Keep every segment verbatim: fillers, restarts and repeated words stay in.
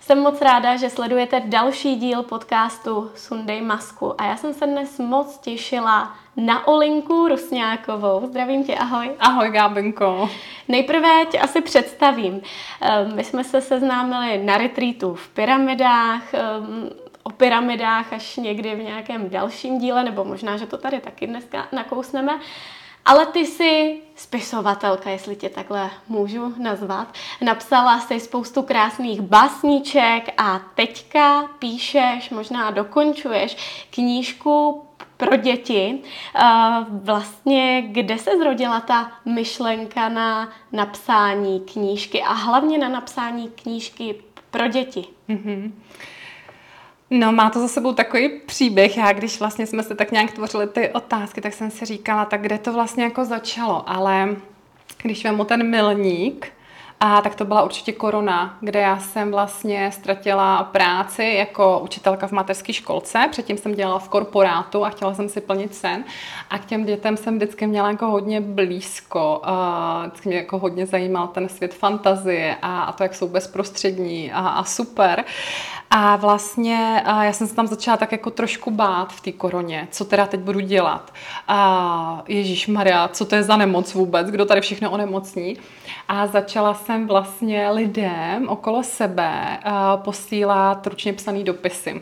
Jsem moc ráda, že sledujete další díl podcastu Sundej masku a já jsem se dnes moc těšila na Olinku Rusňákovou. Zdravím tě, ahoj. Ahoj, Gábenko. Nejprve tě asi představím. My jsme se seznámili na retreatu v pyramidách, o pyramidách až někdy v nějakém dalším díle, nebo možná, že to tady taky dneska nakousneme. Ale ty jsi spisovatelka, jestli tě takhle můžu nazvat. Napsala jsi spoustu krásných básníček a teďka píšeš, možná dokončuješ knížku pro děti. Vlastně, kde se zrodila ta myšlenka na napsání knížky a hlavně na napsání knížky pro děti? Mm-hmm. No, má to za sebou takový příběh. Já, když vlastně jsme se tak nějak tvořili ty otázky, tak jsem si říkala, tak kde to vlastně jako začalo. Ale když vemu ten milník, a tak to byla určitě korona, kde já jsem vlastně ztratila práci jako učitelka v mateřské školce. Předtím jsem dělala v korporátu a chtěla jsem si plnit sen. A k těm dětem jsem vždycky měla jako hodně blízko. Vždycky mě jako hodně zajímal ten svět fantazie a, a to, jak jsou bezprostřední a, a super. A vlastně a já jsem se tam začala tak jako trošku bát v té koroně, co teda teď budu dělat. A Ježíšmarja, co to je za nemoc vůbec, kdo tady všechno onemocní. A začala jsem vlastně lidem okolo sebe posílat ručně psaný dopisy.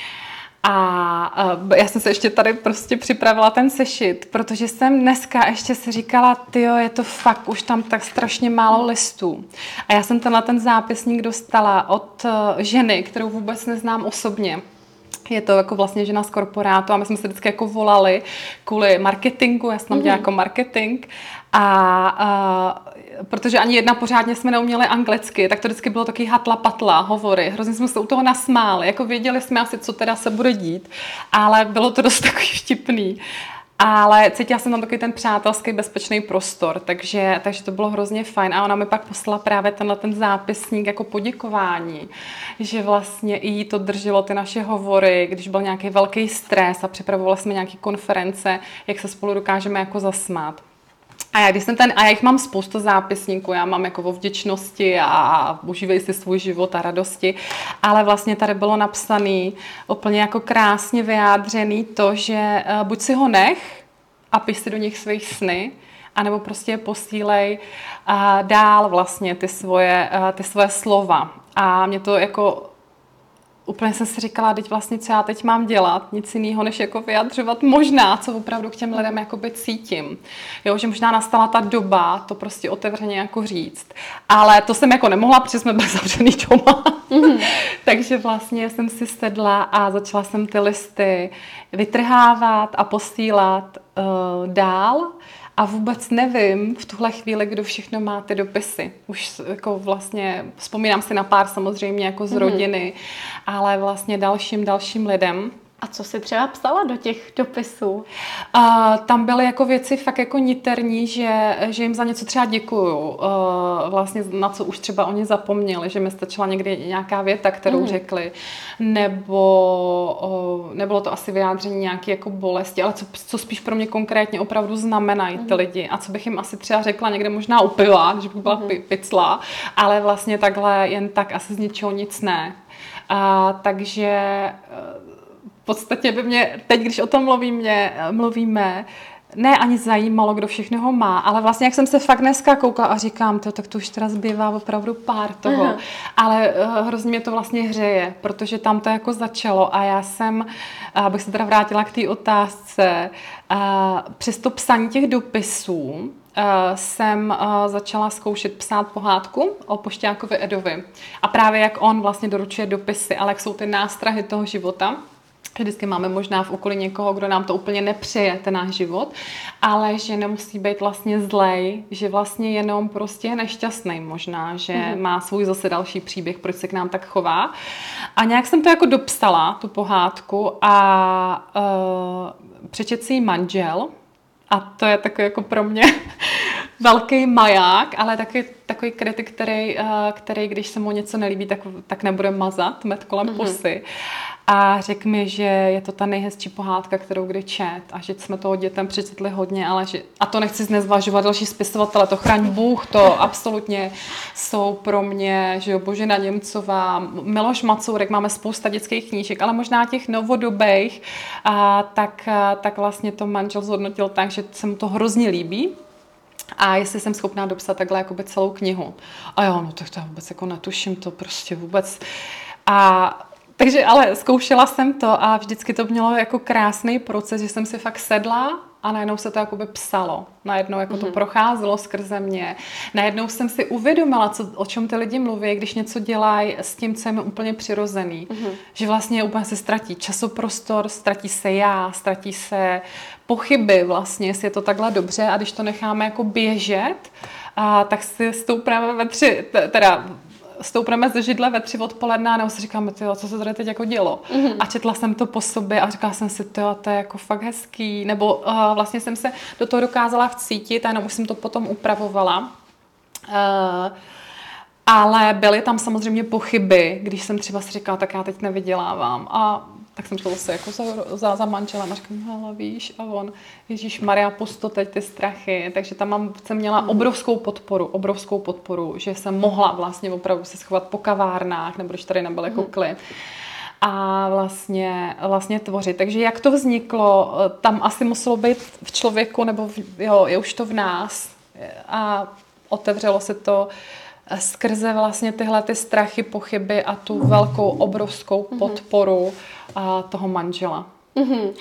A já jsem se ještě tady prostě připravila ten sešit, protože jsem dneska ještě si říkala, tyjo, je to fakt už tam tak strašně málo listů. A já jsem tenhle ten zápisník dostala od ženy, kterou vůbec neznám osobně. Je to jako vlastně žena z korporátu a my jsme se vždycky jako volali kvůli marketingu, já jsem tam dělala jako marketing a, a protože ani jedna pořádně jsme neuměli anglicky, tak to vždycky bylo taky hatla patla hovory, hrozně jsme se u toho nasmáli, jako věděli jsme asi, co teda se bude dít, ale bylo to dost takový vtipný. Ale cítila jsem tam takový ten přátelský bezpečný prostor, takže, takže to bylo hrozně fajn. A ona mi pak poslala právě tenhle ten zápisník jako poděkování, že vlastně i jí to drželo ty naše hovory, když byl nějaký velký stres a připravovali jsme nějaké konference, jak se spolu dokážeme jako zasmát. A já, když jsem ten, a já jich mám spoustu zápisníků, já mám jako o vděčnosti a, a užívej si svůj život a radosti, ale vlastně tady bylo napsané úplně jako krásně vyjádřený to, že uh, buď si ho nech a piš si do nich svých sny, anebo prostě je posílej uh, dál vlastně ty svoje, uh, ty svoje slova. A mě to jako úplně jsem si říkala, teď vlastně, co já teď mám dělat, nic jiného, než jako vyjadřovat možná, co opravdu k těm lidem jakoby cítím. Jo, že možná nastala ta doba, to prostě otevřeně jako říct. Ale to jsem jako nemohla, protože jsme byli zavřený doma. Mm-hmm. Takže vlastně jsem si sedla a začala jsem ty listy vytrhávat a posílat uh, dál. A vůbec nevím v tuhle chvíli, kdo všechno má ty dopisy. Už jako vlastně vzpomínám si na pár samozřejmě jako z rodiny, mm. ale vlastně dalším, dalším lidem. A co jsi třeba psala do těch dopisů? Uh, tam byly jako věci fakt jako niterní, že, že jim za něco třeba děkuju. Uh, vlastně na co už třeba oni zapomněli, že mi stačila někdy nějaká věta, kterou mm. řekli. Nebo uh, nebylo to asi vyjádření nějaké jako bolesti, ale co, co spíš pro mě konkrétně opravdu znamenají ty mm. lidi. A co bych jim asi třeba řekla někde možná u piva, když bych byla mm. picla, ale vlastně takhle jen tak asi z ničeho nic ne. Uh, takže uh, v podstatě by mě, teď když o tom mluvíme, mluvíme, ne ani zajímalo, kdo všechno ho má, ale vlastně jak jsem se fakt dneska koukala a říkám, to, tak to už teda zbývá opravdu pár toho, uh-huh. ale uh, hrozně mě to vlastně hřeje, protože tam to jako začalo a já jsem, abych se teda vrátila k té otázce, uh, přes to psaní těch dopisů, uh, jsem uh, začala zkoušet psát pohádku o Pošťákovi Edovi a právě jak on vlastně doručuje dopisy, ale jak jsou ty nástrahy toho života. Vždycky máme možná v okolí někoho, kdo nám to úplně nepřeje, ten náš život, ale že nemusí být vlastně zlej, že vlastně jenom prostě je nešťastný možná, že mm-hmm. má svůj zase další příběh, proč se k nám tak chová. A nějak jsem to jako dopsala, tu pohádku a uh, přečet si jí manžel a to je takový jako pro mě velký maják, ale taky takový kritik, který, který když se mu něco nelíbí, tak, tak nebude mazat med kolem mm-hmm. pusy. A řekl mi, že je to ta nejhezčí pohádka, kterou kdy čet a že jsme toho dětem přečetli hodně, ale že, a to nechci znezvažovat další spisovatele, to chraň Bůh, to absolutně jsou pro mě, že jo, Božena Němcová, Miloš Macourek, máme spousta dětských knížek, ale možná těch novodobých, a tak, a, tak vlastně to manžel zhodnotil tak, že se mu to hrozně líbí. A jestli jsem schopná dopsat takhle jakoby celou knihu. A jo, no tak to já vůbec jako netuším, to prostě vůbec. A takže ale zkoušela jsem to a vždycky to mělo jako krásný proces, že jsem si fakt sedla a najednou se to jakoby psalo. Najednou jako mm-hmm. to procházelo skrze mě. Najednou jsem si uvědomila, co, o čem ty lidi mluví, když něco dělají s tím, co je mi úplně přirozený. Mm-hmm. Že vlastně úplně se ztratí časoprostor, ztratí se já, ztratí se pochyby vlastně, jestli je to takhle dobře a když to necháme jako běžet, a tak si stoupneme ve tři, teda stoupneme ze židle ve tři odpoledne a nebo si říkáme, tyjo, co se tady teď jako dělo. Mm-hmm. A četla jsem to po sobě a říkala jsem si, tyjo, to je jako fakt hezký. Nebo uh, vlastně jsem se do toho dokázala vcítit a jenom už jsem to potom upravovala. Uh, ale byly tam samozřejmě pochyby, když jsem třeba si říkala, tak já teď nevydělávám. A tak jsem to zase jako za, za, za manželem a říkám, hele, víš, a on, Ježíšmarja, pusto teď ty strachy. Takže tam mám, jsem měla obrovskou podporu, obrovskou podporu, že jsem mohla vlastně opravdu se schovat po kavárnách, nebo když tady nebyl jako klid. A vlastně, vlastně tvořit. Takže jak to vzniklo, tam asi muselo být v člověku, nebo v, jo, je už to v nás. A otevřelo se to skrze vlastně tyhle ty strachy, pochyby a tu velkou, obrovskou podporu a toho manžela. Mm-hmm. Uh,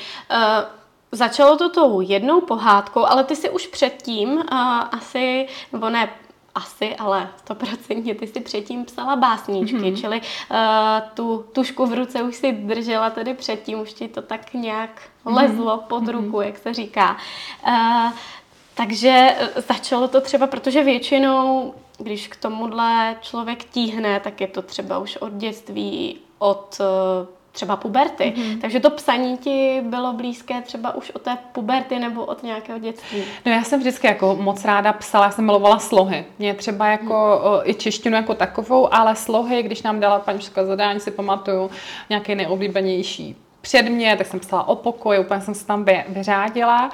začalo to tou jednou pohádkou, ale ty si už předtím uh, asi, nebo ne asi, ale stoprocentně ty si předtím psala básníčky, mm-hmm. čili uh, tu tušku v ruce už si držela tedy předtím, už ti to tak nějak lezlo mm-hmm. pod ruku, jak se říká. Uh, takže začalo to třeba, protože většinou, když k tomuhle člověk tíhne, tak je to třeba už od dětství, od třeba puberty. Mm-hmm. Takže to psaní ti bylo blízké třeba už od té puberty nebo od nějakého dětství? No já jsem vždycky jako moc ráda psala, já jsem milovala slohy. Mě třeba jako mm. i češtinu jako takovou, ale slohy, když nám dala paní učitelka zadání, si pamatuju nějaký nejoblíbenější předmět, tak jsem psala o pokoji, úplně jsem se tam vyřádila.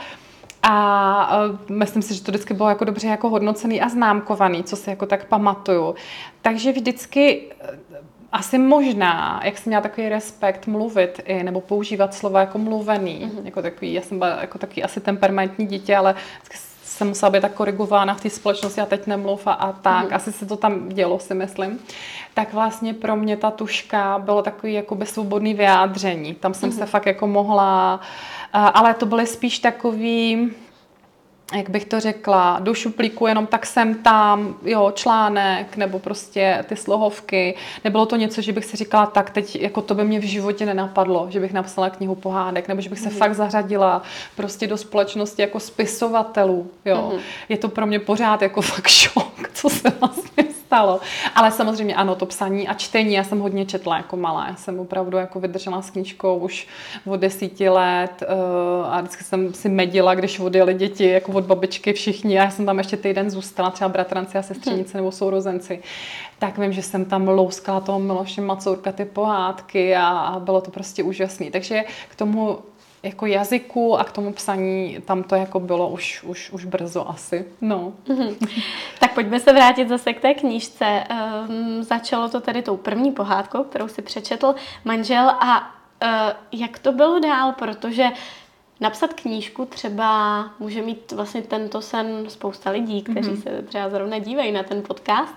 A myslím si, že to vždycky bylo jako dobře jako hodnocený a známkovaný, co si jako tak pamatuju. Takže vždycky asi možná, jak jsem měla takový respekt mluvit i, nebo používat slova jako mluvený, mm-hmm. jako takový, já jsem byla jako takový asi temperamentní dítě, ale jsem musela být tak korigována v té společnosti a teď nemluv a, a tak, mm-hmm. asi se to tam dělo, si myslím. Tak vlastně pro mě ta tuška bylo takový jakoby svobodný vyjádření. Tam jsem mm-hmm. se fakt jako mohla, ale to byly spíš takový, jak bych to řekla, do šuplíku jenom tak sem tam, jo, článek, nebo prostě ty slohovky. Nebylo to něco, že bych si říkala, tak teď jako to by mě v životě nenapadlo, že bych napsala knihu pohádek, nebo že bych se mm. fakt zařadila prostě do společnosti jako spisovatelů, jo. Mm. Je to pro mě pořád jako fakt šok, co se vlastně stalo. Ale samozřejmě ano, to psaní a čtení, já jsem hodně četla jako malá. Já jsem opravdu jako vydržela s knížkou už od desíti let uh, a vždycky jsem si medila, když odjeli děti, jako od babičky všichni, a já jsem tam ještě týden zůstala, třeba bratranci a sestřenice nebo sourozenci, tak vím, že jsem tam louskala toho Miloše Macourka, ty pohádky a, a bylo to prostě úžasný. Takže k tomu jako jazyku a k tomu psaní tam to jako bylo už, už, už brzo asi. No. Mm-hmm. Tak pojďme se vrátit zase k té knížce. Um, začalo to tedy tou první pohádkou, kterou si přečetl manžel a uh, jak to bylo dál, protože napsat knížku třeba může mít vlastně tento sen spousta lidí, kteří mm-hmm. se třeba zrovna dívají na ten podcast,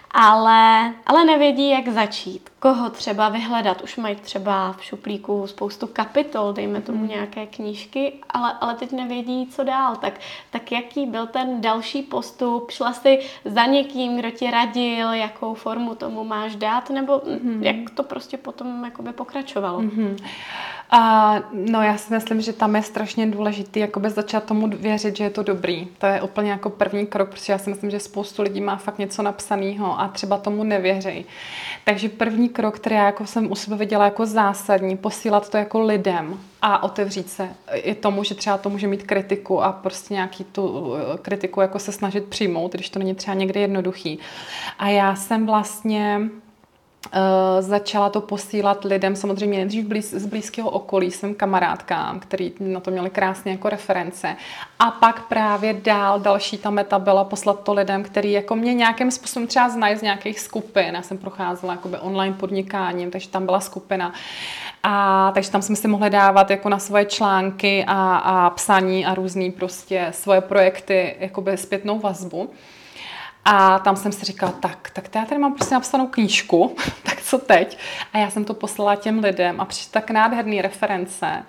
ale, ale nevědí, jak začít, koho třeba vyhledat. Už mají třeba v šuplíku spoustu kapitol, dejme tomu nějaké knížky, ale, ale teď nevědí, co dál. Tak, tak jaký byl ten další postup? Šla jsi za někým, kdo ti radil, jakou formu tomu máš dát, nebo mm-hmm. jak to prostě potom jakoby pokračovalo? Mm-hmm. Uh, no já si myslím, že tam je strašně důležitý jakoby začat tomu věřit, že je to dobrý. To je úplně jako první krok, protože já si myslím, že spoustu lidí má fakt něco napsaného a třeba tomu nevěří. Takže první první krok, který já jako jsem u sebe viděla jako zásadní, posílat to jako lidem a otevřít se i tomu, že třeba to může mít kritiku a prostě nějaký tu kritiku jako se snažit přijmout, když to není třeba někdy jednoduchý. A já jsem vlastně Uh, začala to posílat lidem, samozřejmě nejdřív blíz, z blízkého okolí, svým kamarádkám, který na to měli krásně jako reference. A pak právě dál, další ta meta byla poslat to lidem, který jako mě nějakým způsobem třeba znají z nějakých skupin. Já jsem procházela jakoby online podnikáním, takže tam byla skupina. A takže tam jsme si mohli dávat jako na svoje články a, a psaní a různý prostě svoje projekty jakoby zpětnou vazbu. A tam jsem si říkala, tak, tak já tady mám prostě napsanou knížku, tak co teď? A já jsem to poslala těm lidem a přišly tak nádherný reference.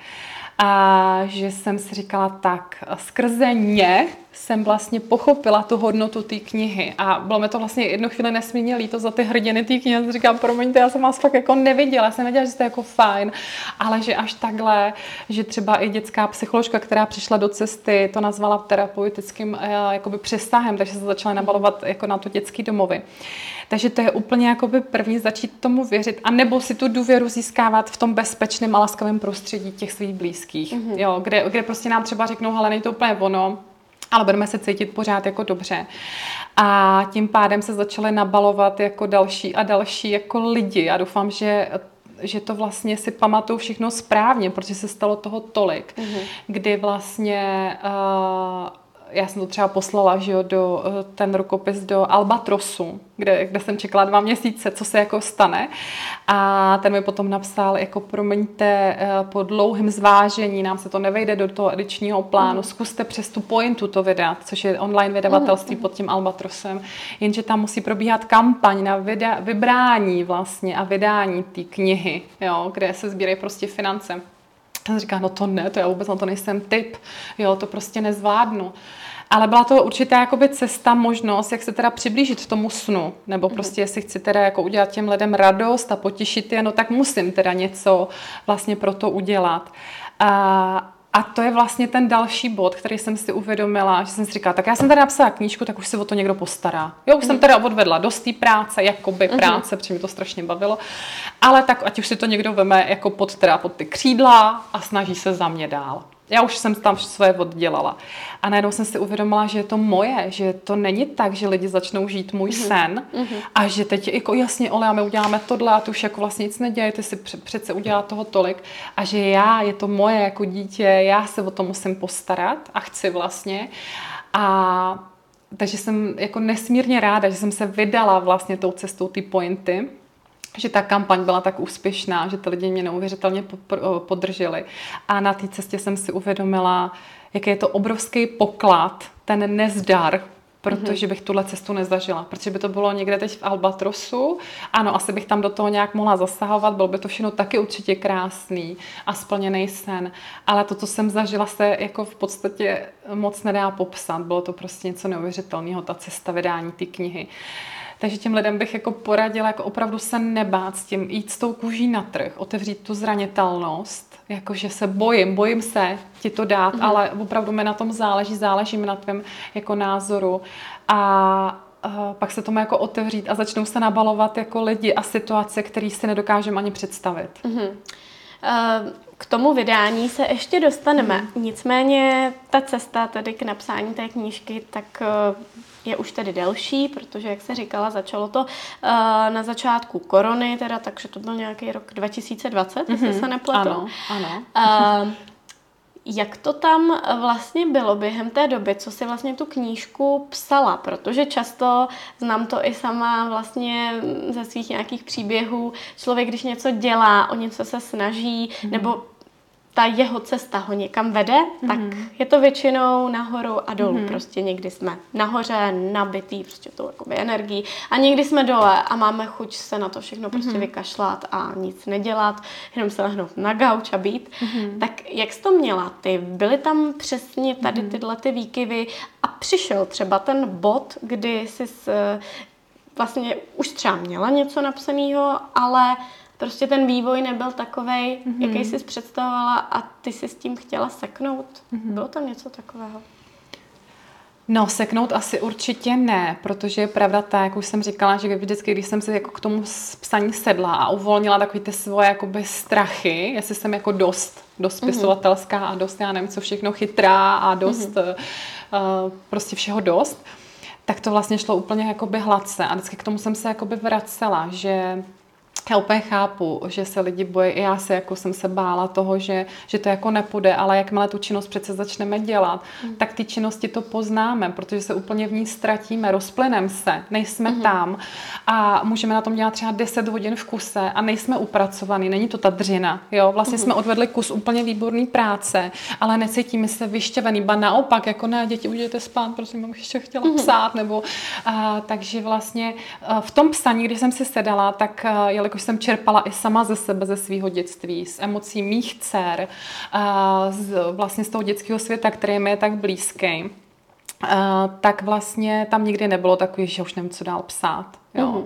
A že jsem si říkala, tak skrze ně jsem vlastně pochopila tu hodnotu té knihy a bylo mi to vlastně jednu chvíli nesmírně líto za ty hrdiny té knihy. Já jsem říkala, promiňte, já jsem vás fakt jako neviděla, já jsem věděla, že jste jako fajn, ale že až takhle, že třeba i dětská psycholožka, která přišla do cesty, to nazvala terapeutickým jakoby přesahem, takže se začala nabalovat jako na to dětský domovy. Takže to je úplně jakoby první začít tomu věřit a nebo si tu důvěru získávat v tom bezpečném a laskavém prostředí těch svých blízkých, mm-hmm. jo, kde, kde prostě nám třeba řeknou, hele, není to úplně ono, ale budeme se cítit pořád jako dobře. A tím pádem se začaly nabalovat jako další a další jako lidi. Já doufám, že že to vlastně si pamatuju všechno správně, protože se stalo toho tolik, mm-hmm. kdy vlastně uh, já jsem to třeba poslala, že jo, do, ten rukopis do Albatrosu, kde, kde jsem čekala dva měsíce, co se jako stane. A ten mi potom napsal, jako promiňte, po dlouhém zvážení, nám se to nevejde do toho edičního plánu, mm. zkuste přes tu Pointu to vydat, což je online vydavatelství mm. pod tím Albatrosem, jenže tam musí probíhat kampaň na vyda, vybrání vlastně a vydání té knihy, jo, kde se sbírají prostě finance. Jsem říká, no to ne, to já vůbec na to nejsem typ, jo, to prostě nezvládnu. Ale byla to určitá jakoby cesta, možnost, jak se teda přiblížit tomu snu, nebo prostě jestli chci teda jako udělat těm lidem radost a potěšit je, no tak musím teda něco vlastně pro to udělat. A A to je vlastně ten další bod, který jsem si uvědomila, že jsem si říkala, tak já jsem tady napsala knížku, tak už se o to někdo postará. Jo, už mm. jsem teda odvedla dost té práce, jakoby mm. práce, protože mi to strašně bavilo, ale tak ať už si to někdo veme jako pod, teda pod ty křídla a snaží se za mě dál. Já už jsem tam svoje oddělala. A najednou jsem si uvědomila, že je to moje, že to není tak, že lidi začnou žít můj mm-hmm. sen mm-hmm. a že teď jako jasně, Ole, a my uděláme tohle a ty už jako vlastně nic neděje, ty si přece udělá toho tolik a že já, je to moje jako dítě, já se o to musím postarat a chci vlastně. A takže jsem jako nesmírně ráda, že jsem se vydala vlastně tou cestou ty Pointy, že ta kampaň byla tak úspěšná, že ty lidi mě neuvěřitelně podrželi. A na té cestě jsem si uvědomila, jaký je to obrovský poklad, ten nezdar, protože bych tuhle cestu nezažila. Protože by to bylo někde teď v Albatrosu. Ano, asi bych tam do toho nějak mohla zasahovat, bylo by to všechno taky určitě krásný a splněný sen. Ale to, co jsem zažila, se jako v podstatě moc nedá popsat. Bylo to prostě něco neuvěřitelného, ta cesta vydání té knihy. Takže těm lidem bych jako poradila, jako opravdu se nebát s tím, jít s tou kůží na trh, otevřít tu zranitelnost, jakože se bojím, bojím se ti to dát, mm-hmm. ale opravdu mi na tom záleží, záleží mi na tvém jako názoru a, a pak se tomu jako otevřít a začnou se nabalovat jako lidi a situace, které si nedokážeme ani představit. Mm-hmm. Uh... K tomu vydání se ještě dostaneme. Hmm. Nicméně ta cesta tedy k napsání té knížky tak je už tedy delší, protože, jak se říkala, začalo to na začátku korony, teda, takže to byl nějaký rok dva tisíce dvacet, mm-hmm. jestli se nepletu. Ano, ano. Uh, jak to tam vlastně bylo během té doby, co si vlastně tu knížku psala? Protože často, znám to i sama vlastně ze svých nějakých příběhů, člověk, když něco dělá, o něco se snaží, mm. nebo ta jeho cesta ho někam vede, mm. tak je to většinou nahoru a dolů. Mm. Prostě někdy jsme nahoře, nabitý prostě tou jakoby energií a někdy jsme dole a máme chuť se na to všechno prostě mm. vykašlat a nic nedělat, jenom se lehnout na gauč a být. Mm. Tak jak jsi to měla ty? Byly tam přesně tady tyhle ty výkyvy a přišel třeba ten bod, kdy jsi vlastně už třeba měla něco napsaného, ale prostě ten vývoj nebyl takovej, mm-hmm. jaký jsi představovala a ty jsi s tím chtěla seknout. Mm-hmm. Bylo tam něco takového? No, seknout asi určitě ne, protože je pravda ta, jak už jsem říkala, že vždycky, když jsem se jako k tomu psaní sedla a uvolnila takový ty svoje jakoby strachy, jestli jsem jako dost, dost spisovatelská a dost, já nevím, co všechno, chytrá a dost, mm-hmm. uh, prostě všeho dost, tak to vlastně šlo úplně jakoby hladce a vždycky k tomu jsem se jakoby vracela, že já úplně chápu, že se lidi bojí, i já se jako jsem se bála toho, že, že to jako nepůjde, ale jakmile tu činnost přece začneme dělat, mm. tak ty činnosti to poznáme, protože se úplně v ní ztratíme, rozplyneme se, nejsme mm. tam a můžeme na tom dělat třeba deset hodin v kuse a nejsme upracovaný, není to ta dřina, jo, vlastně mm. jsme odvedli kus úplně výborný práce, ale necítíme se vyšťavený, ba naopak, jako ne, děti, už jdete spát, prosím, mám ještě chtěla mm. psát, nebo a, takže vlastně a, v tom psaní, když jsem si sedala, tak a, jelikož jsem čerpala i sama ze sebe, ze svého dětství, z emocí mých dcer, z, vlastně z toho dětského světa, který mi je tak blízký, tak vlastně tam nikdy nebylo takový, že už nevím, co dál psát. Jo. Mm.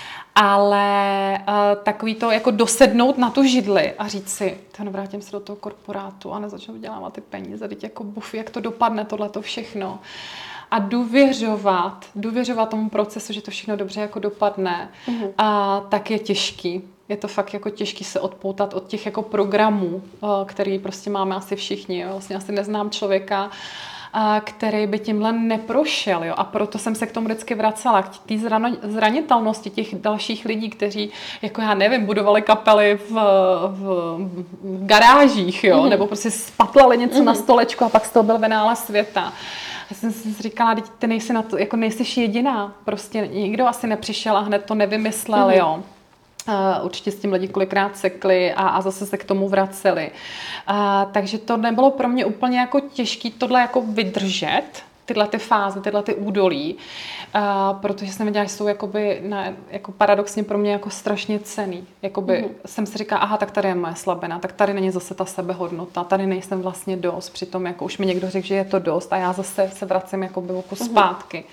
Ale takový to jako dosednout na tu židli a říct si, to nevrátím se do toho korporátu a nezačnu vydělávat ty peníze, teď jako buf, jak to dopadne, tohleto všechno. A důvěřovat, důvěřovat tomu procesu, že to všechno dobře jako dopadne, mm-hmm. a tak je těžký. Je to fakt jako těžký se odpoutat od těch jako programů, který prostě máme asi všichni. Vlastně asi neznám člověka, který by tímhle neprošel. Jo? A proto jsem se k tomu vždycky vracela, k té zranitelnosti těch dalších lidí, kteří, jako já nevím, budovali kapely v, v, v garážích, jo? Mm-hmm. Nebo prostě spatlali něco mm-hmm. na stolečku a pak z toho byl venále světa. Já jsem si říkala, ty nejsi, na to, jako nejsi jediná, prostě nikdo asi nepřišel a hned to nevymyslel, mm-hmm. jo. Uh, určitě s tím lidi kolikrát sekli a, a zase se k tomu vraceli. Uh, takže to nebylo pro mě úplně jako těžké tohle jako vydržet, tyhle ty fáze, tyhle ty údolí, uh, protože jsem viděla, že jsou jakoby, ne, jako paradoxně pro mě jako strašně cenný. Jakoby mm-hmm. jsem si říkala, aha, tak tady je moje slabina, tak tady není zase ta sebehodnota, tady nejsem vlastně dost, přitom jako už mi někdo řekl, že je to dost a já zase se vracím jakoby oku mm-hmm. zpátky.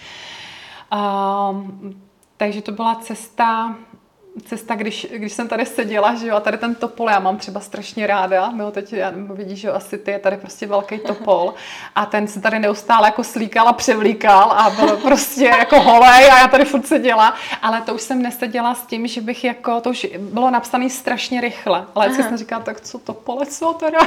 Uh, takže to byla cesta, Cesta, když, když jsem tady seděla, že jo, a tady ten topol já mám třeba strašně ráda, no teď já vidíš, že jo, asi ty je tady prostě velký topol a ten se tady neustále jako slíkal a převlíkal a byl prostě jako holej a já tady furt seděla, ale to už jsem neseděla s tím, že bych jako, to už bylo napsané strašně rychle, ale vždycky jsem říkala, tak co topole, co teda?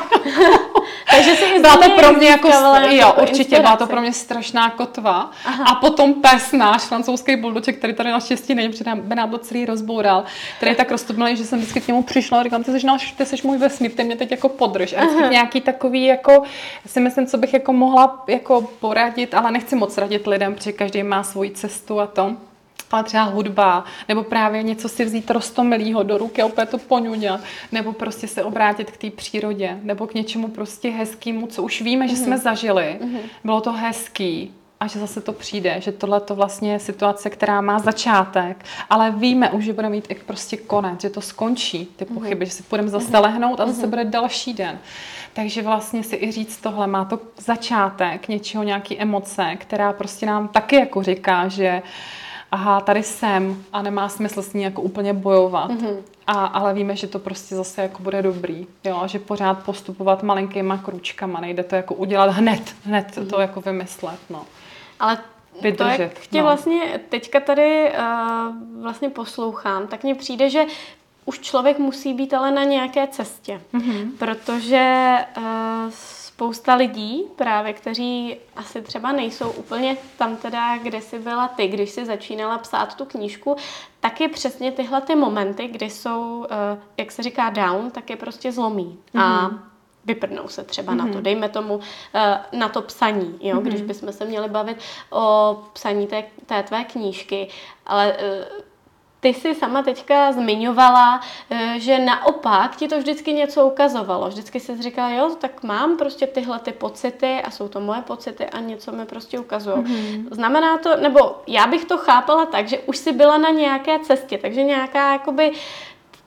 Takže si byla to pro mě jako, jo, určitě byla to pro mě strašná kotva. Aha. A potom pes náš, francouzský buldoček, který tady naštěstí není, protože by nám to celý rozboural, který je tak roztomilý, že jsem vždycky k němu přišla a říkám, ty jsi, náš, ty jsi můj vesmír, ty mě teď jako podrž. A vždycky nějaký takový, jako, si myslím, co bych jako mohla jako poradit, ale nechci moc radit lidem, protože každý má svoji cestu a to. Ale třeba hudba, nebo právě něco si vzít roztomilýho do ruky a opět to poňuňat, nebo prostě se obrátit k té přírodě, nebo k něčemu prostě hezkému, co už víme, že mm-hmm. jsme zažili. Mm-hmm. Bylo to hezký. A že zase to přijde, že tohle to vlastně je situace, která má začátek, ale víme už, že bude mít i prostě konec, že to skončí, ty pochyby, mm-hmm. že si půjdeme zase lehnout a zase mm-hmm. bude další den. Takže vlastně si i říct tohle, má to začátek něčeho, nějaký emoce, která prostě nám taky jako říká, že aha, tady jsem a nemá smysl s ní jako úplně bojovat. Mm-hmm. A, ale víme, že to prostě zase jako bude dobrý. Jo? Že pořád postupovat malinkýma kručkama, nejde to jako udělat hned, hned mm-hmm. to jako vymyslet, no. Ale vydržet, to, jak tě no. vlastně teďka tady uh, vlastně poslouchám, tak mně přijde, že už člověk musí být ale na nějaké cestě. Mm-hmm. Protože uh, spousta lidí právě, kteří asi třeba nejsou úplně tam teda, kde jsi byla ty, když jsi začínala psát tu knížku, tak je přesně tyhle ty momenty, kdy jsou, uh, jak se říká down, tak je prostě zlomí. Mm-hmm. A vyprdnou se třeba mm-hmm. na to, dejme tomu na to psaní, jo? Mm-hmm. Když bychom se měli bavit o psaní té, té tvé knížky, ale ty jsi sama teďka zmiňovala, že naopak ti to vždycky něco ukazovalo, vždycky jsi říkala, jo, tak mám prostě tyhle ty pocity a jsou to moje pocity a něco mi prostě ukazují. Mm-hmm. Znamená to, nebo já bych to chápala tak, že už jsi byla na nějaké cestě, takže nějaká jakoby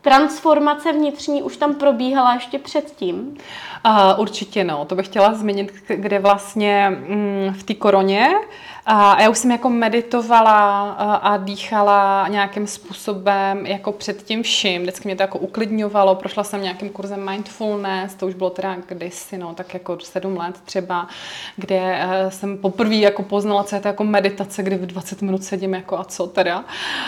transformace vnitřní už tam probíhala ještě předtím? Uh, určitě no, to bych chtěla zmínit, kde vlastně mm, v té koroně a já už jsem jako meditovala a, a dýchala nějakým způsobem jako před tím vším, vždycky mě to jako uklidňovalo, prošla jsem nějakým kurzem mindfulness, to už bylo teda kdysi, no, tak jako sedm let třeba, kde uh, jsem poprvé jako poznala, co je to jako meditace, kdy v dvacet minut sedím jako a co teda.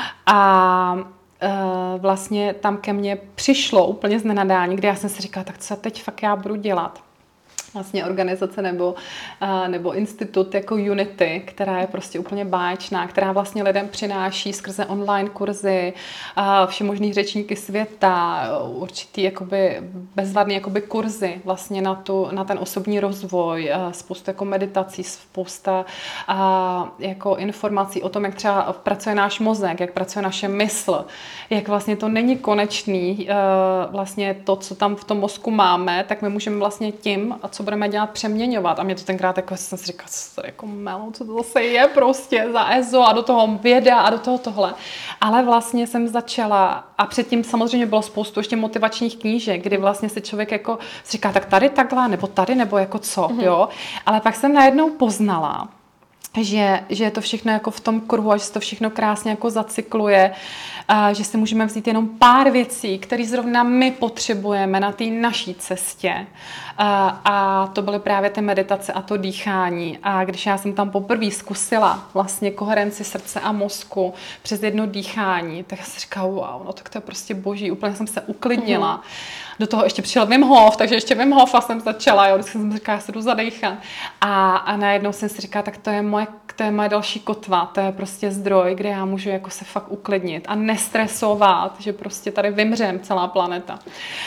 A Uh, vlastně tam ke mně přišlo úplně z nenadání, kdy já jsem si říkala, tak co teď fakt já budu dělat. Vlastně organizace nebo, uh, nebo institut jako Unity, která je prostě úplně báječná, která vlastně lidem přináší skrze online kurzy, uh, všemožný řečníky světa, uh, určitý jakoby bezvadný jakoby kurzy vlastně na, tu, na ten osobní rozvoj, uh, spousta jako meditací, spousta uh, jako informací o tom, jak třeba pracuje náš mozek, jak pracuje naše mysl, jak vlastně to není konečný, uh, vlastně to, co tam v tom mozku máme, tak my můžeme vlastně tím, co budeme dělat, přeměňovat. A mě to tenkrát jako jsem si říkala, co to jako melo, co to zase je prostě za E Z O a do toho věda a do toho tohle. Ale vlastně jsem začala a předtím samozřejmě bylo spoustu ještě motivačních knížek, kdy vlastně si člověk jako si říká, tak tady takhle, nebo tady, nebo jako co, mm-hmm. jo. Ale pak jsem najednou poznala, že, že je to všechno jako v tom kruhu a že se to všechno krásně jako zacykluje, a že si můžeme vzít jenom pár věcí, které zrovna my potřebujeme na té naší cestě. A, a to byly právě ty meditace a to dýchání. A když já jsem tam poprvé zkusila vlastně koherenci srdce a mozku přes jedno dýchání, tak jsem si říkala, wow, no tak to je prostě boží, úplně jsem se uklidnila. Mm. Do toho ještě přišel Wim Hof, takže ještě Wim Hofa jsem začala, jo, vždycky jsem říkala, já se jdu zadejchat. A, a najednou jsem si říkala, tak to je moje, to je moje další kotva, to je prostě zdroj, kde já můžu jako se fakt uklidnit a nestresovat, že prostě tady vymřem celá planeta.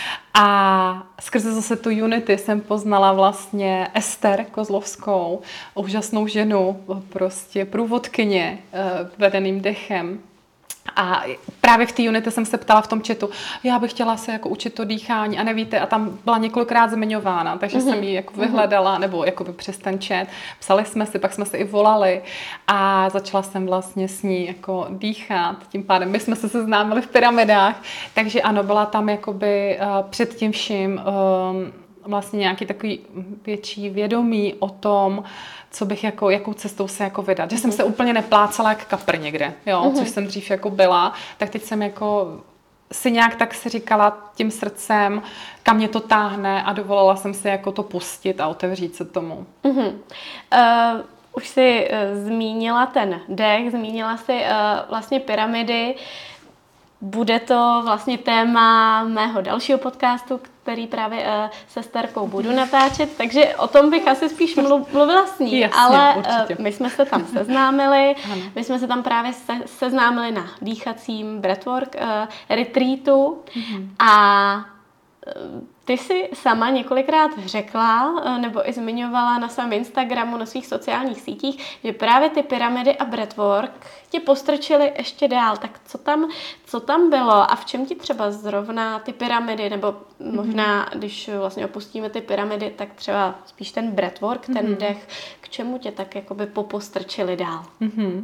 A skrze zase tu Unity jsem poznala vlastně Ester Kozlovskou, úžasnou ženu, prostě průvodkyně vedeným dechem. A právě v té Unity jsem se ptala v tom chatu, já bych chtěla se jako učit to dýchání a nevíte, a tam byla několikrát zmiňována, takže mm-hmm. jsem ji jako vyhledala, nebo jako by přes ten chat, psali jsme si, pak jsme se i volali a začala jsem vlastně s ní jako dýchat, tím pádem my jsme se seznámili v pyramidách, takže ano, byla tam jakoby uh, před tím vším um, vlastně nějaký takový větší vědomí o tom, co bych jako, jakou cestou se jako vydat. Že jsem se úplně neplácala jak kapr někde, jo, mm-hmm. což jsem dřív jako byla, tak teď jsem jako si nějak tak si říkala tím srdcem, kam mě to táhne a dovolila jsem si jako to pustit a otevřít se tomu. Mm-hmm. Uh, už jsi uh, zmínila ten dech, zmínila jsi uh, vlastně pyramidy. Bude to vlastně téma mého dalšího podcastu, který právě uh, se Sterkou budu natáčet, takže o tom bych asi spíš mluvila s ní, jasně, ale určitě. Uh, my jsme se tam seznámili, my jsme se tam právě se, seznámili na dýchacím breathwork uh, retreatu mm-hmm. a uh, ty jsi sama několikrát řekla, nebo i zmiňovala na svém Instagramu, na svých sociálních sítích, že právě ty pyramidy a breathwork tě postrčily ještě dál. Tak co tam, co tam bylo a v čem ti třeba zrovna ty pyramidy, nebo možná, mm-hmm. když vlastně opustíme ty pyramidy, tak třeba spíš ten breathwork, ten mm-hmm. dech, k čemu tě tak jakoby popostrčily dál? Mm-hmm.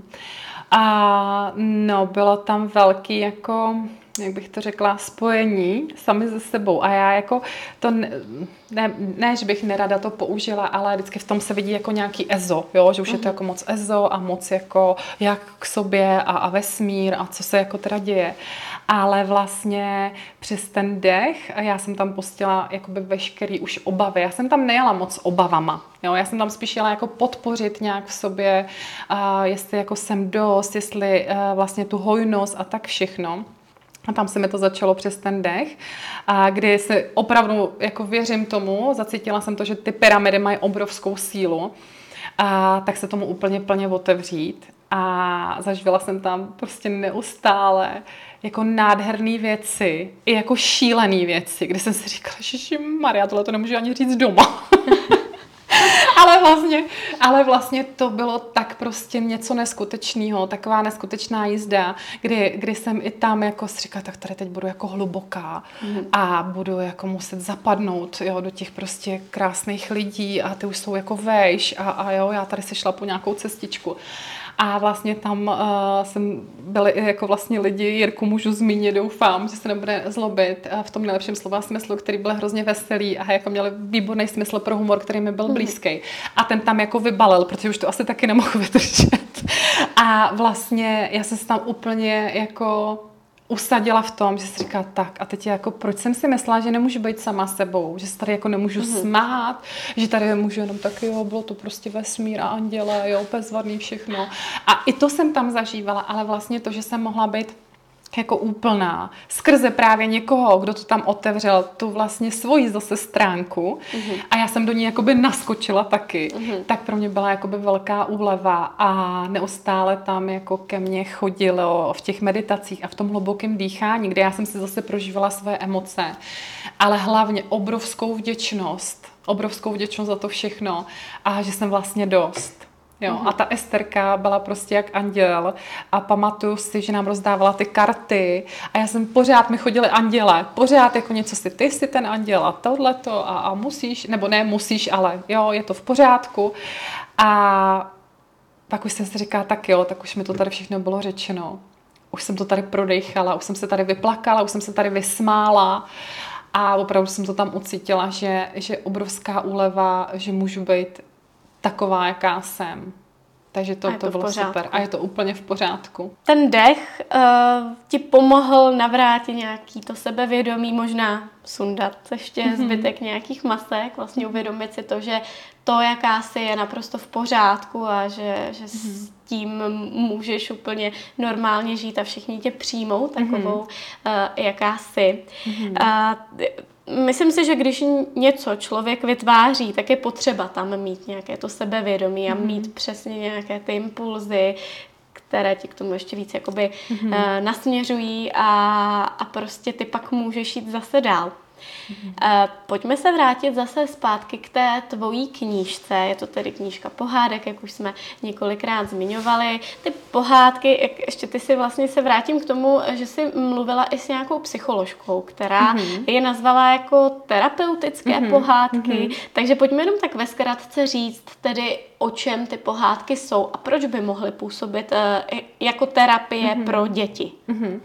A no, bylo tam velký jako... jak bych to řekla, spojení sami se sebou. A já jako to, ne, ne, ne, že bych nerada to použila, ale vždycky v tom se vidí jako nějaký ezo, jo? Že už mm-hmm. je to jako moc ezo a moc jako jak k sobě a, a vesmír a co se jako teda děje. Ale vlastně přes ten dech, a já jsem tam pustila jakoby veškerý už obavy. Já jsem tam nejela moc obavama. Jo? Já jsem tam spíš jela jako podpořit nějak v sobě, uh, jestli jako jsem dost, jestli uh, vlastně tu hojnost a tak všechno. A tam se mi to začalo přes ten dech, a kdy se opravdu jako věřím tomu, zacítila jsem to, že ty pyramidy mají obrovskou sílu, a tak se tomu úplně plně otevřít. A zažila jsem tam prostě neustále jako nádherné věci, i jako šílené věci, kdy jsem si říkala, ježišmarja, tohle to nemůžu ani říct doma. Ale vlastně, ale vlastně to bylo tak prostě něco neskutečného, taková neskutečná jízda, kdy, kdy jsem i tam jako si říkala, tak tady teď budu jako hluboká mm. a budu jako muset zapadnout, jo, do těch prostě krásných lidí a ty už jsou jako vejš a, a jo, já tady se šla po nějakou cestičku. A vlastně tam uh, jsem byli i jako vlastně lidi, Jirku můžu zmínit, doufám, že se nebude zlobit, uh, v tom nejlepším slova smyslu, který byl hrozně veselý a jako měli výborný smysl pro humor, který mi byl blízký. A ten tam jako vybalil, protože už to asi taky nemohl vydržet. A vlastně já jsem se tam úplně jako usadila v tom, že si říká tak a teď jako proč jsem si myslela, že nemůžu být sama sebou, že se tady jako nemůžu mm-hmm. smát, že tady můžu jenom tak, jo, bylo to prostě vesmír a anděle, jo, bezvadný všechno. A i to jsem tam zažívala, ale vlastně to, že jsem mohla být jako úplná, skrze právě někoho, kdo to tam otevřel, tu vlastně svoji zase stránku mm-hmm. a já jsem do ní jakoby naskočila taky, mm-hmm. tak pro mě byla jakoby velká úleva a neustále tam jako ke mně chodilo v těch meditacích a v tom hlubokém dýchání, kde já jsem si zase prožívala své emoce, ale hlavně obrovskou vděčnost, obrovskou vděčnost za to všechno a že jsem vlastně dost. Jo, mm-hmm. A ta Esterka byla prostě jak anděl a pamatuju si, že nám rozdávala ty karty a já jsem pořád, mi chodili anděle, pořád jako něco si, ty jsi ten anděl a tohleto a, a musíš, nebo ne musíš, ale jo, je to v pořádku. A pak už jsem si říkala, tak jo, tak už mi to tady všechno bylo řečeno. Už jsem to tady prodejchala, už jsem se tady vyplakala, už jsem se tady vysmála a opravdu jsem to tam ucítila, že, že obrovská úleva, že můžu být taková, jaká jsem. Takže to, to, to bylo super. A je to úplně v pořádku. Ten dech uh, ti pomohl navrátit nějaký to sebevědomí, možná sundat ještě mm-hmm. zbytek nějakých masek, vlastně uvědomit si to, že to, jaká jsi, je naprosto v pořádku a že, že mm-hmm. s tím můžeš úplně normálně žít a všichni tě přijmou takovou, mm-hmm. uh, jaká jsi. Mm-hmm. Uh, Myslím si, že když něco člověk vytváří, tak je potřeba tam mít nějaké to sebevědomí a mít přesně nějaké ty impulzy, které ti k tomu ještě víc jakoby mm-hmm. uh, nasměřují a, a prostě ty pak můžeš jít zase dál. Mm-hmm. Uh, pojďme se vrátit zase zpátky k té tvojí knížce. Je to tedy knížka pohádek, jak už jsme několikrát zmiňovali. Ty pohádky, jak ještě ty si vlastně se vrátím k tomu, že jsi mluvila i s nějakou psycholožkou, která mm-hmm. je nazvala jako terapeutické mm-hmm. pohádky. Mm-hmm. Takže pojďme jenom tak ve zkratce říct tedy, o čem ty pohádky jsou a proč by mohly působit uh, jako terapie mm-hmm. pro děti. Mm-hmm.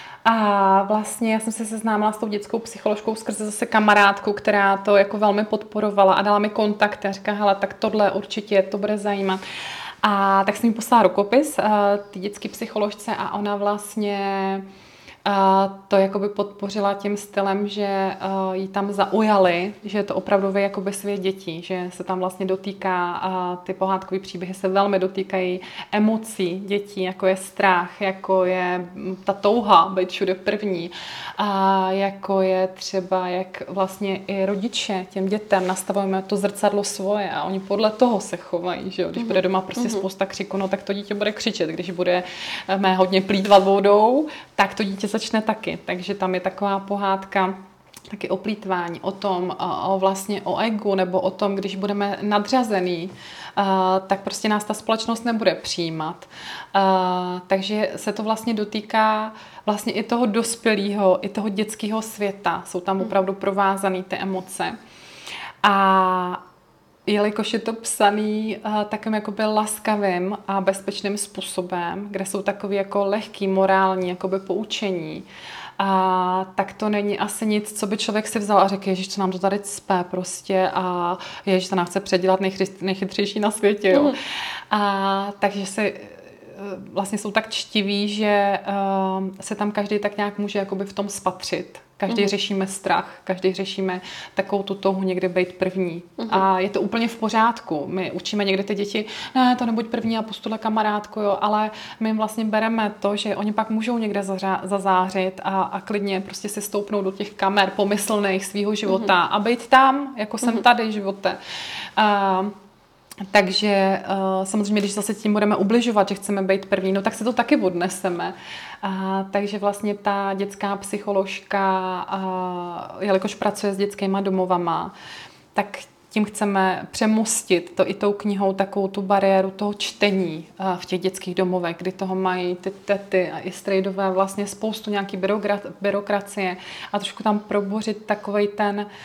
A vlastně já jsem se seznámila s tou dětskou psycholožkou skrze zase kamarádku, která to jako velmi podporovala a dala mi kontakt a říká, hele, tak tohle určitě, to bude zajímat. A tak jsem jí poslala rukopis uh, ty dětské psycholožce a ona vlastně uh, to jakoby podpořila tím stylem, že uh, jí tam zaujali, že je to opravdu jakoby svět dětí, že se tam vlastně dotýká, uh, ty pohádkové příběhy se velmi dotýkají emocí dětí, jako je strach, jako je ta touha být všude první, a jako je třeba, jak vlastně i rodiče těm dětem nastavujeme to zrcadlo svoje a oni podle toho se chovají, že jo? Když mm-hmm. bude doma prostě mm-hmm. spousta křiku, no tak to dítě bude křičet, když bude mé hodně plýtvat vodou, tak to dítě začne taky. Takže tam je taková pohádka taky o plýtvání, o tom, o vlastně o egu, nebo o tom, když budeme nadřazený, uh, tak prostě nás ta společnost nebude přijímat. Uh, takže se to vlastně dotýká vlastně i toho dospělého, i toho dětského světa. Jsou tam opravdu provázané ty emoce. A jelikož je to psaný uh, takovým jakoby laskavým a bezpečným způsobem, kde jsou takový jako lehký morální jakoby poučení, a tak to není asi nic, co by člověk si vzal a řekl, ježiš, co nám to tady cpe prostě a ježiš, to nám chce předělat nejchytřejší, nejchytřejší na světě, jo. Mm. A takže si vlastně jsou tak čtiví, že uh, se tam každý tak nějak může jakoby v tom spatřit. Každý mm. řešíme strach, každý řešíme takovou tu touhu někde být první. Mm. A je to úplně v pořádku. My učíme někde ty děti, ne, to nebuď první a pustu kamarádku, jo, ale my jim vlastně bereme to, že oni pak můžou někde zařá, zazářit a, a klidně prostě si stoupnou do těch kamer pomyslných svýho života mm. a být tam, jako jsem mm. tady živote. Uh, Takže uh, samozřejmě, když zase tím budeme ubližovat, že chceme být první, no tak se to taky odneseme. Uh, takže vlastně ta dětská psycholožka, uh, jelikož pracuje s dětskýma domovama, tak tím chceme přemostit to i tou knihou takovou tu bariéru toho čtení uh, v těch dětských domovech, kdy toho mají ty tety a i strejdové vlastně spoustu nějaký byrokrat, byrokracie a trošku tam probořit takovej ten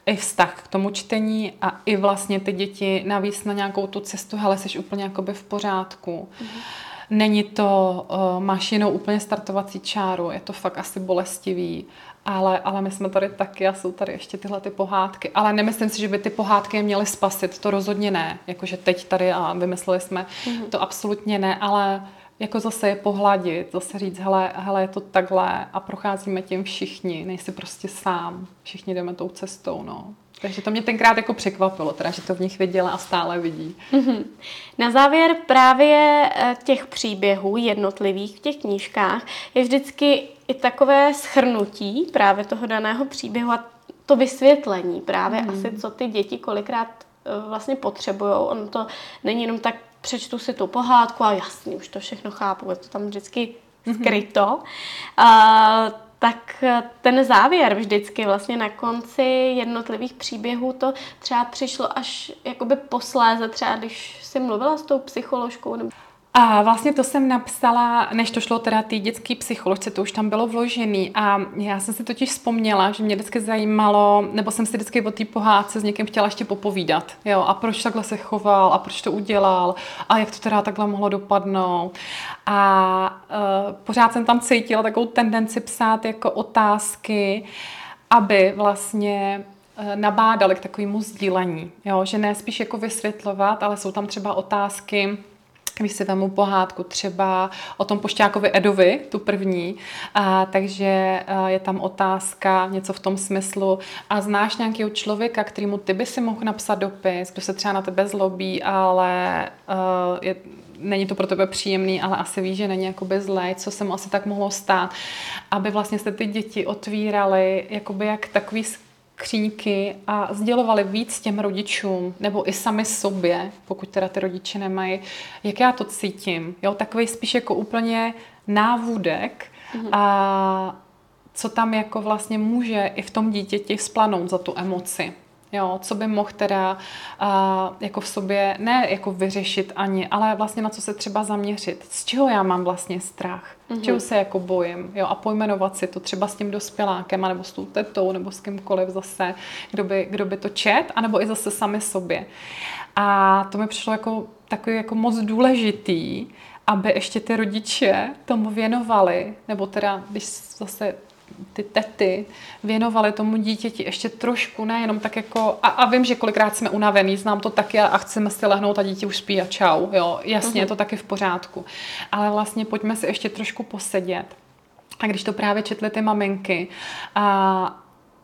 i vztah k tomu čtení a i vlastně ty děti navíc na nějakou tu cestu, hele, jsi úplně jakoby v pořádku. Mm-hmm. Není to, uh, máš jinou úplně startovací čáru, je to fakt asi bolestivý, ale, ale my jsme tady taky a jsou tady ještě tyhle ty pohádky. Ale nemyslím si, že by ty pohádky je měly spasit, to rozhodně ne. Jakože teď tady a vymysleli jsme, mm-hmm. to absolutně ne, ale jako zase je pohladit, zase říct, hele, hele, je to takhle a procházíme tím všichni, nejsi prostě sám, všichni jdeme tou cestou, no. Takže to mě tenkrát jako překvapilo, teda, že to v nich viděla a stále vidí. Mm-hmm. Na závěr právě těch příběhů jednotlivých v těch knížkách je vždycky i takové shrnutí právě toho daného příběhu a to vysvětlení právě mm. asi, co ty děti kolikrát vlastně potřebujou. Ono to není jenom tak, přečtu si tu pohádku a jasný, už to všechno chápu, je to tam vždycky skryto. Mm-hmm. Uh, tak ten závěr vždycky vlastně na konci jednotlivých příběhů to třeba přišlo až jakoby posléze, třeba když jsi mluvila s tou psycholožkou. Nebo... A vlastně to jsem napsala, než to šlo teda té dětské psycholožce, to už tam bylo vložený a já jsem si totiž vzpomněla, že mě vždycky zajímalo, nebo jsem si vždycky o té pohádce s někým chtěla ještě popovídat, jo, a proč takhle se choval a proč to udělal a jak to teda takhle mohlo dopadnout. A uh, pořád jsem tam cítila takovou tendenci psát jako otázky, aby vlastně uh, nabádali k takovému sdílení, jo, že ne spíš jako vysvětlovat, ale jsou tam třeba otázky, když si vemu pohádku třeba o tom pošťákovi Edovi, tu první, a, takže a, je tam otázka něco v tom smyslu a znáš nějakého člověka, kterýmu ty by si mohl napsat dopis, kdo se třeba na tebe zlobí, ale a, je, není to pro tebe příjemný, ale asi víš, že není jakoby zlej, co se mu asi tak mohlo stát, aby vlastně se ty děti otvíraly jakoby jak takový skříňky a sdělovali víc těm rodičům, nebo i sami sobě, pokud teda ty rodiče nemají, jak já to cítím. Jo, takový spíš jako úplně návůdek mm-hmm. a co tam jako vlastně může i v tom dítěti splanout za tu emoci. Jo, co by mohl teda uh, jako v sobě, ne jako vyřešit ani, ale vlastně na co se třeba zaměřit. Z čeho já mám vlastně strach? Mm-hmm. Čeho se jako bojím? Jo, a pojmenovat si to třeba s tím dospělákem, nebo s tou tetou, nebo s kýmkoliv zase, kdo by, kdo by to čet, anebo i zase sami sobě. A to mi přišlo jako takový jako moc důležitý, aby ještě ty rodiče tomu věnovali, nebo teda, když zase ty tety věnovaly tomu dítěti ještě trošku, nejenom tak jako, a, a vím, že kolikrát jsme unavený, znám to taky a, a chceme si lehnout a dítě už spí a čau, jo, jasně, uh-huh. je to taky v pořádku. Ale vlastně pojďme si ještě trošku posedět. A když to právě četly ty maminky, a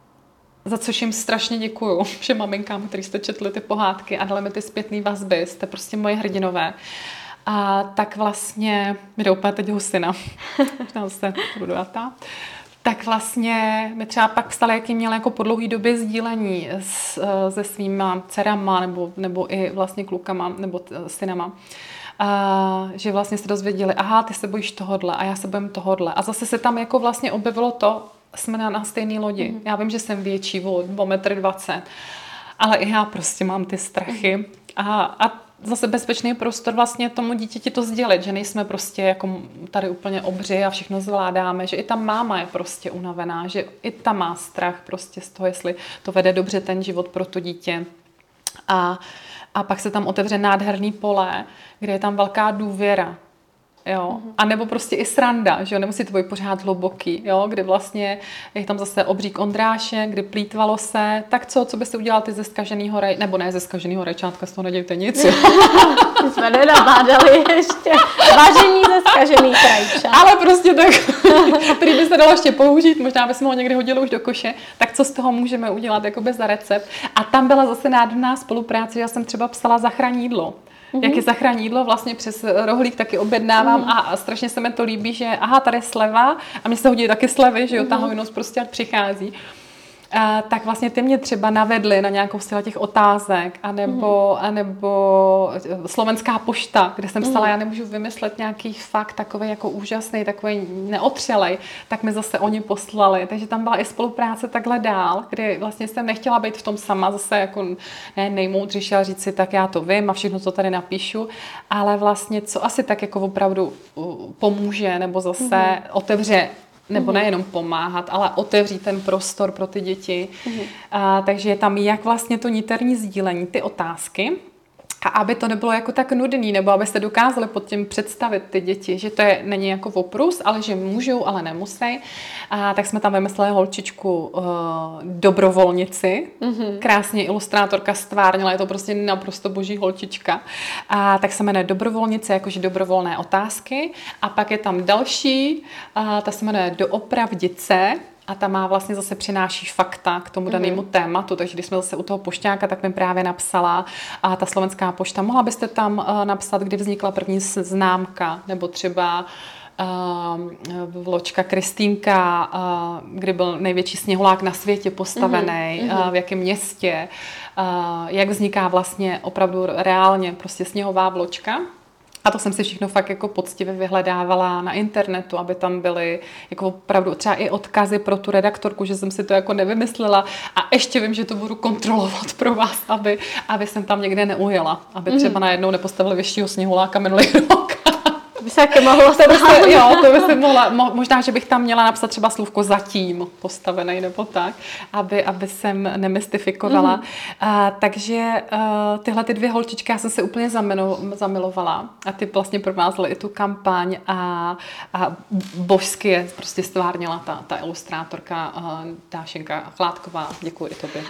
za což jim strašně děkuju, že maminkám, který jste četli ty pohádky a dali mi ty zpětný vazby, jste prostě moje hrdinové. A tak vlastně, mi jde úplně teď husina, možná se budu dát. Tak vlastně mi třeba pak psali, jaký měl jako po dlouhý době sdílení s, se svýma dcerama nebo, nebo i vlastně klukama nebo synama. A, že vlastně se dozvěděli, aha, ty se bojíš tohodle a já se bojím tohodle. A zase se tam jako vlastně objevilo to, jsme na, na stejné lodi. Mm-hmm. Já vím, že jsem větší o dva metry dvacet, ale i já prostě mám ty strachy. Mm-hmm. A, a zase bezpečný prostor vlastně tomu dítěti to sdělit, že nejsme prostě jako tady úplně obři a všechno zvládáme, že i ta máma je prostě unavená, že i ta má strach prostě z toho, jestli to vede dobře ten život pro to dítě. A, a pak se tam otevře nádherný pole, kde je tam velká důvěra. Jo, mm-hmm. a nebo prostě i sranda, že jo, nemusí to být pořád hluboký, jo, kdy vlastně je tam zase obřík Ondráše, kdy plýtvalo se, tak co, co byste udělal ty ze zkaženýho rej, nebo ne ze zkaženýho rajčátka, z toho nedějte nic, jo. My jsme nenabádali ještě vaření ze zkažených rajčat. Ale prostě tak, který by se dalo ještě použít, možná bychom ho někdy hodili už do koše, tak co z toho můžeme udělat jako bez za recept. A tam byla zase nádherná spolupráce, že já jsem třeba psala Zachraň jídlo. Mm-hmm. Jak je Zachraň jídlo, vlastně přes rohlík taky objednávám mm-hmm. a, a strašně se mi to líbí, že aha, tady je sleva a mě se hodí taky slevy, že jo, mm-hmm. ta hojnost prostě jak přichází. A, tak vlastně ty mě třeba navedly na nějakou z těch otázek, anebo, mm. anebo Slovenská pošta, kde jsem psala, mm. já nemůžu vymyslet nějaký fakt takový jako úžasný, takový neotřelej, tak mi zase oni poslali. Takže tam byla i spolupráce takhle dál, kdy vlastně jsem nechtěla být v tom sama, zase jako ne, nejmoudřejší, ale říct si, tak já to vím a všechno to tady napíšu, ale vlastně co asi tak jako opravdu pomůže, nebo zase mm. otevře nebo mm-hmm. nejenom pomáhat, ale otevřít ten prostor pro ty děti. Mm-hmm. A, takže je tam jak vlastně to niterní sdílení, ty otázky, a aby to nebylo jako tak nudný, nebo abyste dokázali pod tím představit ty děti, že to je, není jako oprus, ale že můžou, ale nemusí. A tak jsme tam vymysleli holčičku uh, dobrovolnici. Mm-hmm. Krásně ilustrátorka stvárnila, je to prostě naprosto boží holčička. A tak se jmenuje dobrovolnice, jakože dobrovolné otázky. A pak je tam další, uh, ta se jmenuje doopravdice. A ta má vlastně zase přináší fakta k tomu danému mm. tématu, takže když jsme zase u toho pošťáka, tak mi právě napsala a ta Slovenská pošta, mohla byste tam uh, napsat, kdy vznikla první známka, nebo třeba uh, vločka Kristýnka, uh, kdy byl největší sněhulák na světě postavený, mm. uh, v jakém městě, uh, jak vzniká vlastně opravdu reálně prostě sněhová vločka. A to jsem si všechno fakt jako poctivě vyhledávala na internetu, aby tam byly jako opravdu třeba i odkazy pro tu redaktorku, že jsem si to jako nevymyslela a ještě vím, že to budu kontrolovat pro vás, aby, aby jsem tam někde neujela, aby třeba najednou nepostavili většího sněhuláka minulý rok. To by se taky mohlo stát. Jo, to by se mohla, možná, že bych tam měla napsat třeba slůvko zatím postavený nebo tak, aby, aby jsem nemystifikovala. Mm. Uh, takže uh, tyhle ty dvě holčičky, já jsem se úplně zamilo, zamilovala a ty vlastně provázely i tu kampaň a, a božsky je prostě stvárnila ta, ta ilustrátorka uh, Dášenka Chládková. Děkuji i tobě.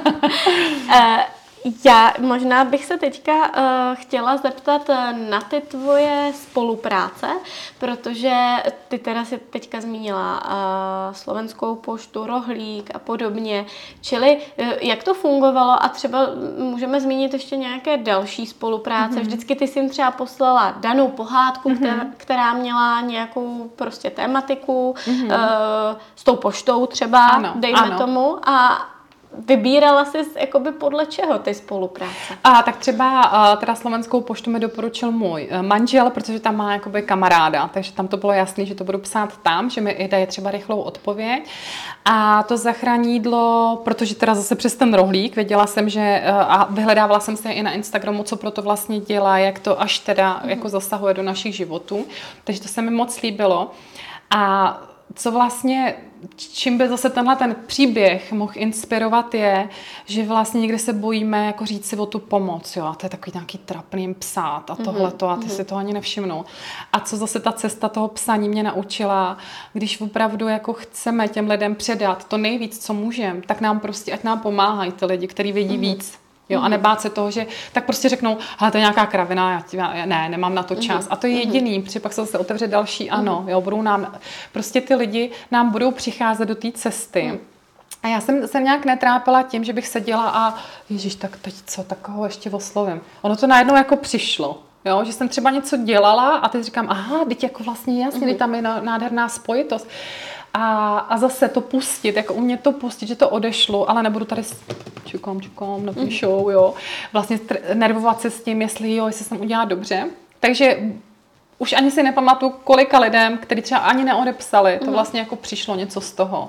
uh. Já možná bych se teďka uh, chtěla zeptat uh, na ty tvoje spolupráce, protože ty teda si teďka zmínila uh, Slovenskou poštu, Rohlík a podobně. Čili uh, jak to fungovalo a třeba můžeme zmínit ještě nějaké další spolupráce. Mm-hmm. Vždycky ty jsi jim třeba poslala danou pohádku, mm-hmm. která, která měla nějakou prostě tématiku mm-hmm. uh, s tou poštou třeba, ano, dejme ano. tomu a vybírala jsi jakoby podle čeho ty spolupráce? A tak třeba teda Slovenskou poštu mi doporučil můj manžel, protože tam má jakoby kamaráda, takže tam to bylo jasné, že to budu psát tam, že mi i daje třeba rychlou odpověď. A to zachrání jídlo, protože teda zase přes ten Rohlík věděla jsem, že a vyhledávala jsem se i na Instagramu, co pro to vlastně dělá, jak to až teda mm. jako zasahuje do našich životů. Takže to se mi moc líbilo. A co vlastně, čím by zase tenhle ten příběh mohl inspirovat je, že vlastně někdy se bojíme jako říct si o tu pomoc, jo, a to je takový nějaký trapný jim psát a tohleto a ty mm-hmm. si toho ani nevšimnou. A co zase ta cesta toho psaní mě naučila, když opravdu jako chceme těm lidem předat to nejvíc, co můžeme, tak nám prostě, ať nám pomáhají ty lidi, kteří vědí mm-hmm. víc. Jo, a nebát se toho, že tak prostě řeknou, hele, to je nějaká kravina, já, tě, já ne, nemám na to čas. A to je jediný, protože pak se zase otevře další ano, jo, budou nám, prostě ty lidi nám budou přicházet do té cesty. A já jsem se nějak netrápila tím, že bych seděla a ježiš, tak teď co, takového ještě oslovím. Ono to najednou jako přišlo. Jo, že jsem třeba něco dělala a teď říkám, aha, teď jako vlastně jasně, teď tam je nádherná spojitost. A, a zase to pustit, jako umět to pustit, že to odešlo, ale nebudu tady čukám, čukám, napíšou, jo. Vlastně nervovat se s tím, jestli jo, jestli jsem udělala dobře. Takže už ani si nepamatuju, kolika lidem, kteří třeba ani neodepsali, to vlastně jako přišlo něco z toho.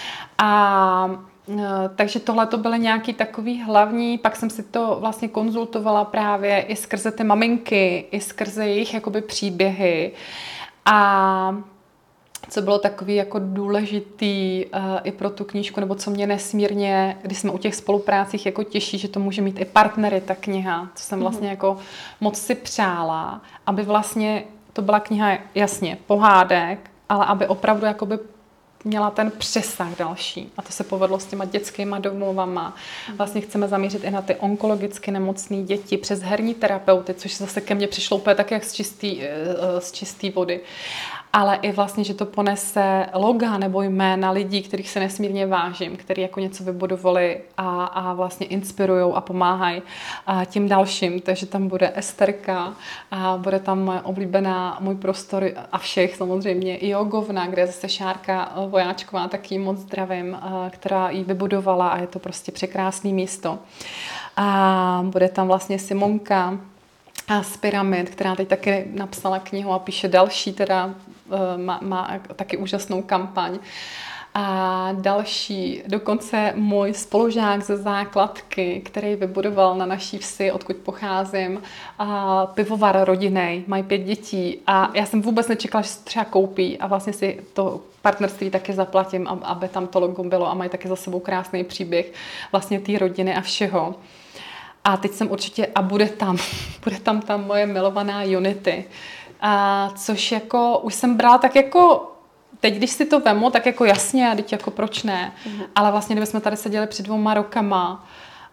A takže tohle to byly nějaký takový hlavní, pak jsem si to vlastně konzultovala právě i skrze ty maminky, i skrze jejich jakoby příběhy. A co bylo takový jako důležitý uh, i pro tu knížku, nebo co mě nesmírně, když jsme u těch spoluprácích jako těší, že to může mít i partnery, ta kniha, co jsem vlastně mm-hmm. jako moc si přála, aby vlastně to byla kniha jasně pohádek, ale aby opravdu jakoby měla ten přesah další. A to se povedlo s těma dětskýma domovama. Vlastně chceme zamířit i na ty onkologicky nemocné děti přes herní terapeuty, což zase ke mně přišlo úplně tak, jak z čistý, z čistý vody. Ale i vlastně, že to ponese loga nebo jména lidí, kterých se nesmírně vážím, kteří jako něco vybudovali a, a vlastně inspirujou a pomáhají a tím dalším. Takže tam bude Esterka, a bude tam moje oblíbená, můj prostor a všech samozřejmě i jogovna, kde je zase Šárka Vojáčková, taky moc zdravím, která ji vybudovala a je to prostě překrásné místo. A bude tam vlastně Simonka a z Pyramid, která teď taky napsala knihu a píše další, teda má, má taky úžasnou kampaň. A další, dokonce můj spolužák ze základky, který vybudoval na naší vsi, odkud pocházím, a pivovar rodinný, mají pět dětí a já jsem vůbec nečekala, že se třeba koupí a vlastně si to partnerství taky zaplatím, aby tam to logo bylo a mají taky za sebou krásný příběh vlastně té rodiny a všeho. A teď jsem určitě, a bude tam, bude tam ta moje milovaná Unity, a což jako, už jsem brala tak jako, teď když si to vemu, tak jako jasně, teď jako proč ne, mm-hmm. ale vlastně kdybychom tady seděli před dvouma rokama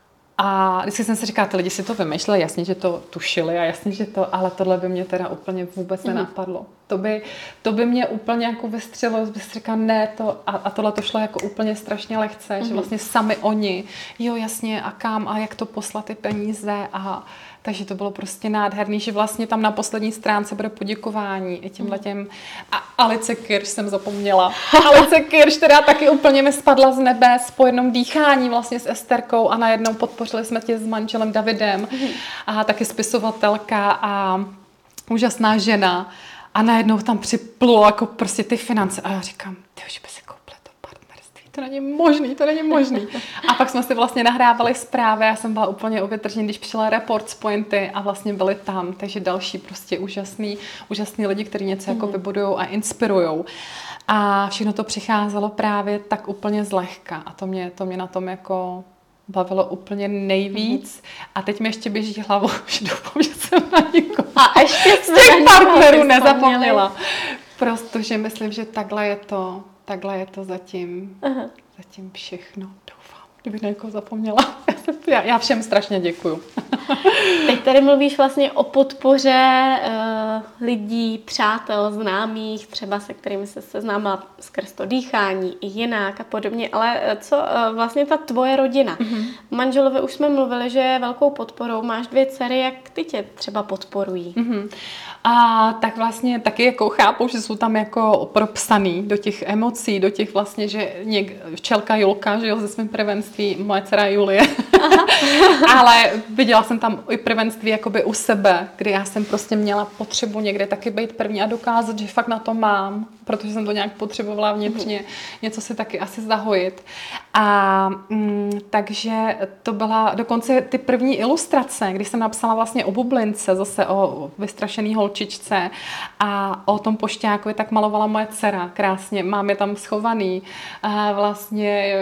a vždycky jsem si říkala, ty lidi si to vymýšleli, jasně, že to tušili a jasně, že to, ale tohle by mě teda úplně vůbec mm-hmm. nenapadlo. To by, to by mě úplně jako vystřelilo, bych si říkala, ne, to, a, a tohle to šlo jako úplně strašně lehce, mm-hmm. že vlastně sami oni, jo jasně, a kam a jak to poslat ty peníze a takže to bylo prostě nádherný, že vlastně tam na poslední stránce bude poděkování i těmhletěm. A Alice Kirš jsem zapomněla. Alice Kirš, která taky úplně mi spadla z nebes po jednom dýchání vlastně s Esterkou a najednou podpořili jsme tě s manželem Davidem a taky spisovatelka a úžasná žena. A najednou tam připlulo jako prostě ty finance. A já říkám, ty už by si koupili to partnerství, to není možný, to není možný. A pak jsme si vlastně nahrávali zprávy, já jsem byla úplně uvětržená, když přišel report z Pointy a vlastně byli tam, takže další prostě úžasný, úžasný lidi, kteří něco mm. jako vybudujou a inspirujou. A všechno to přicházelo právě tak úplně zlehka a to mě, to mě na tom jako bavilo úplně nejvíc. Mm-hmm. A teď mi ještě běží hlavou, že doufám, že jsem na někoho a ještě z těch partnerů nezapomněla. Protože myslím, že takhle je to, takhle je to zatím, uh-huh. zatím všechno. Doufám, kdybych na někoho zapomněla. Já, já všem strašně děkuju. Teď tady mluvíš vlastně o podpoře uh, lidí, přátel, známých, třeba se kterými se seznámila skrz to dýchání i jinak a podobně, ale co uh, vlastně ta tvoje rodina? Mm-hmm. Manželovi už jsme mluvili, že je velkou podporou, máš dvě dcery, jak ty tě třeba podporují? Mm-hmm. A tak vlastně taky jako chápou, že jsou tam jako propsaný do těch emocí, do těch vlastně, že něk, včelka Julka, že jo, ze svým prvenství, moje dcera Julie. Ale viděla jsem tam i prvenství jakoby u sebe, kdy já jsem prostě měla potřebu někde taky být první a dokázat, že fakt na to mám, protože jsem to nějak potřebovala vnitřně mm. něco si taky asi zahojit. A mm, takže to byla dokonce ty první ilustrace, když jsem napsala vlastně o bublince, zase o vystrašený holčičce a o tom pošťákovi, tak malovala moje dcera krásně, mám je tam schovaný. A vlastně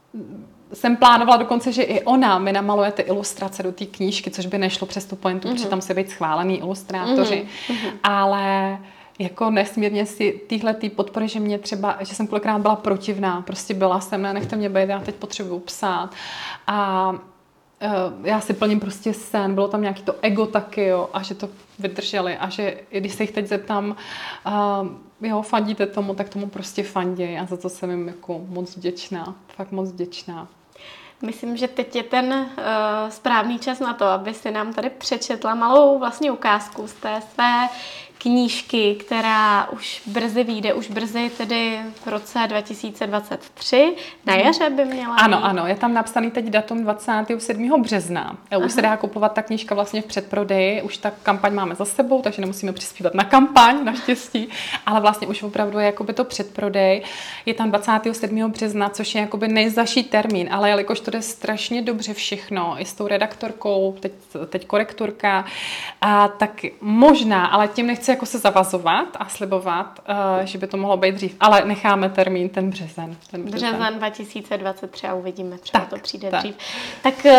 jsem plánovala dokonce, že i ona mi namaluje ty ilustrace do té knížky, což by nešlo přes tu Pointu, mm-hmm. protože tam se být schválený ilustrátoři. Mm-hmm. Ale jako nesmírně si týhletý podpory, že mě třeba, že jsem kolikrát byla protivná, prostě byla jsem, ne, nechte mě být, já teď potřebuju psát. A uh, já si plním prostě sen, bylo tam nějaký to ego taky, jo, a že to vydrželi a že i když se jich teď zeptám, uh, jo, fandíte tomu, tak tomu prostě fanděj a za to jsem jim jako moc vděčná, fakt moc vděčná. Myslím, že teď je ten uh, správný čas na to, aby si nám tady přečetla malou vlastně ukázku z té své knížky, která už brzy vyjde, už brzy tedy v roce dva tisíce dvacet tři, na jaře by měla být. Ano, ano, je tam napsaný teď datum dvacátého sedmého března. Už Aha. se dá kupovat ta knížka vlastně v předprodeji, už ta kampaň máme za sebou, takže nemusíme přispívat na kampaň, naštěstí, ale vlastně už opravdu je jakoby to předprodej. Je tam dvacátého sedmého března, což je jakoby nejzaší termín, ale jelikož to jde strašně dobře všechno, i s tou redaktorkou, teď, teď korektorka, a tak možná, ale tím nechci jako se zavazovat a slibovat, uh, že by to mohlo být dřív, ale necháme termín ten březen. Ten březen. březen dva tisíce dvacet tři a uvidíme, třeba tak, to přijde tak. dřív. Tak uh,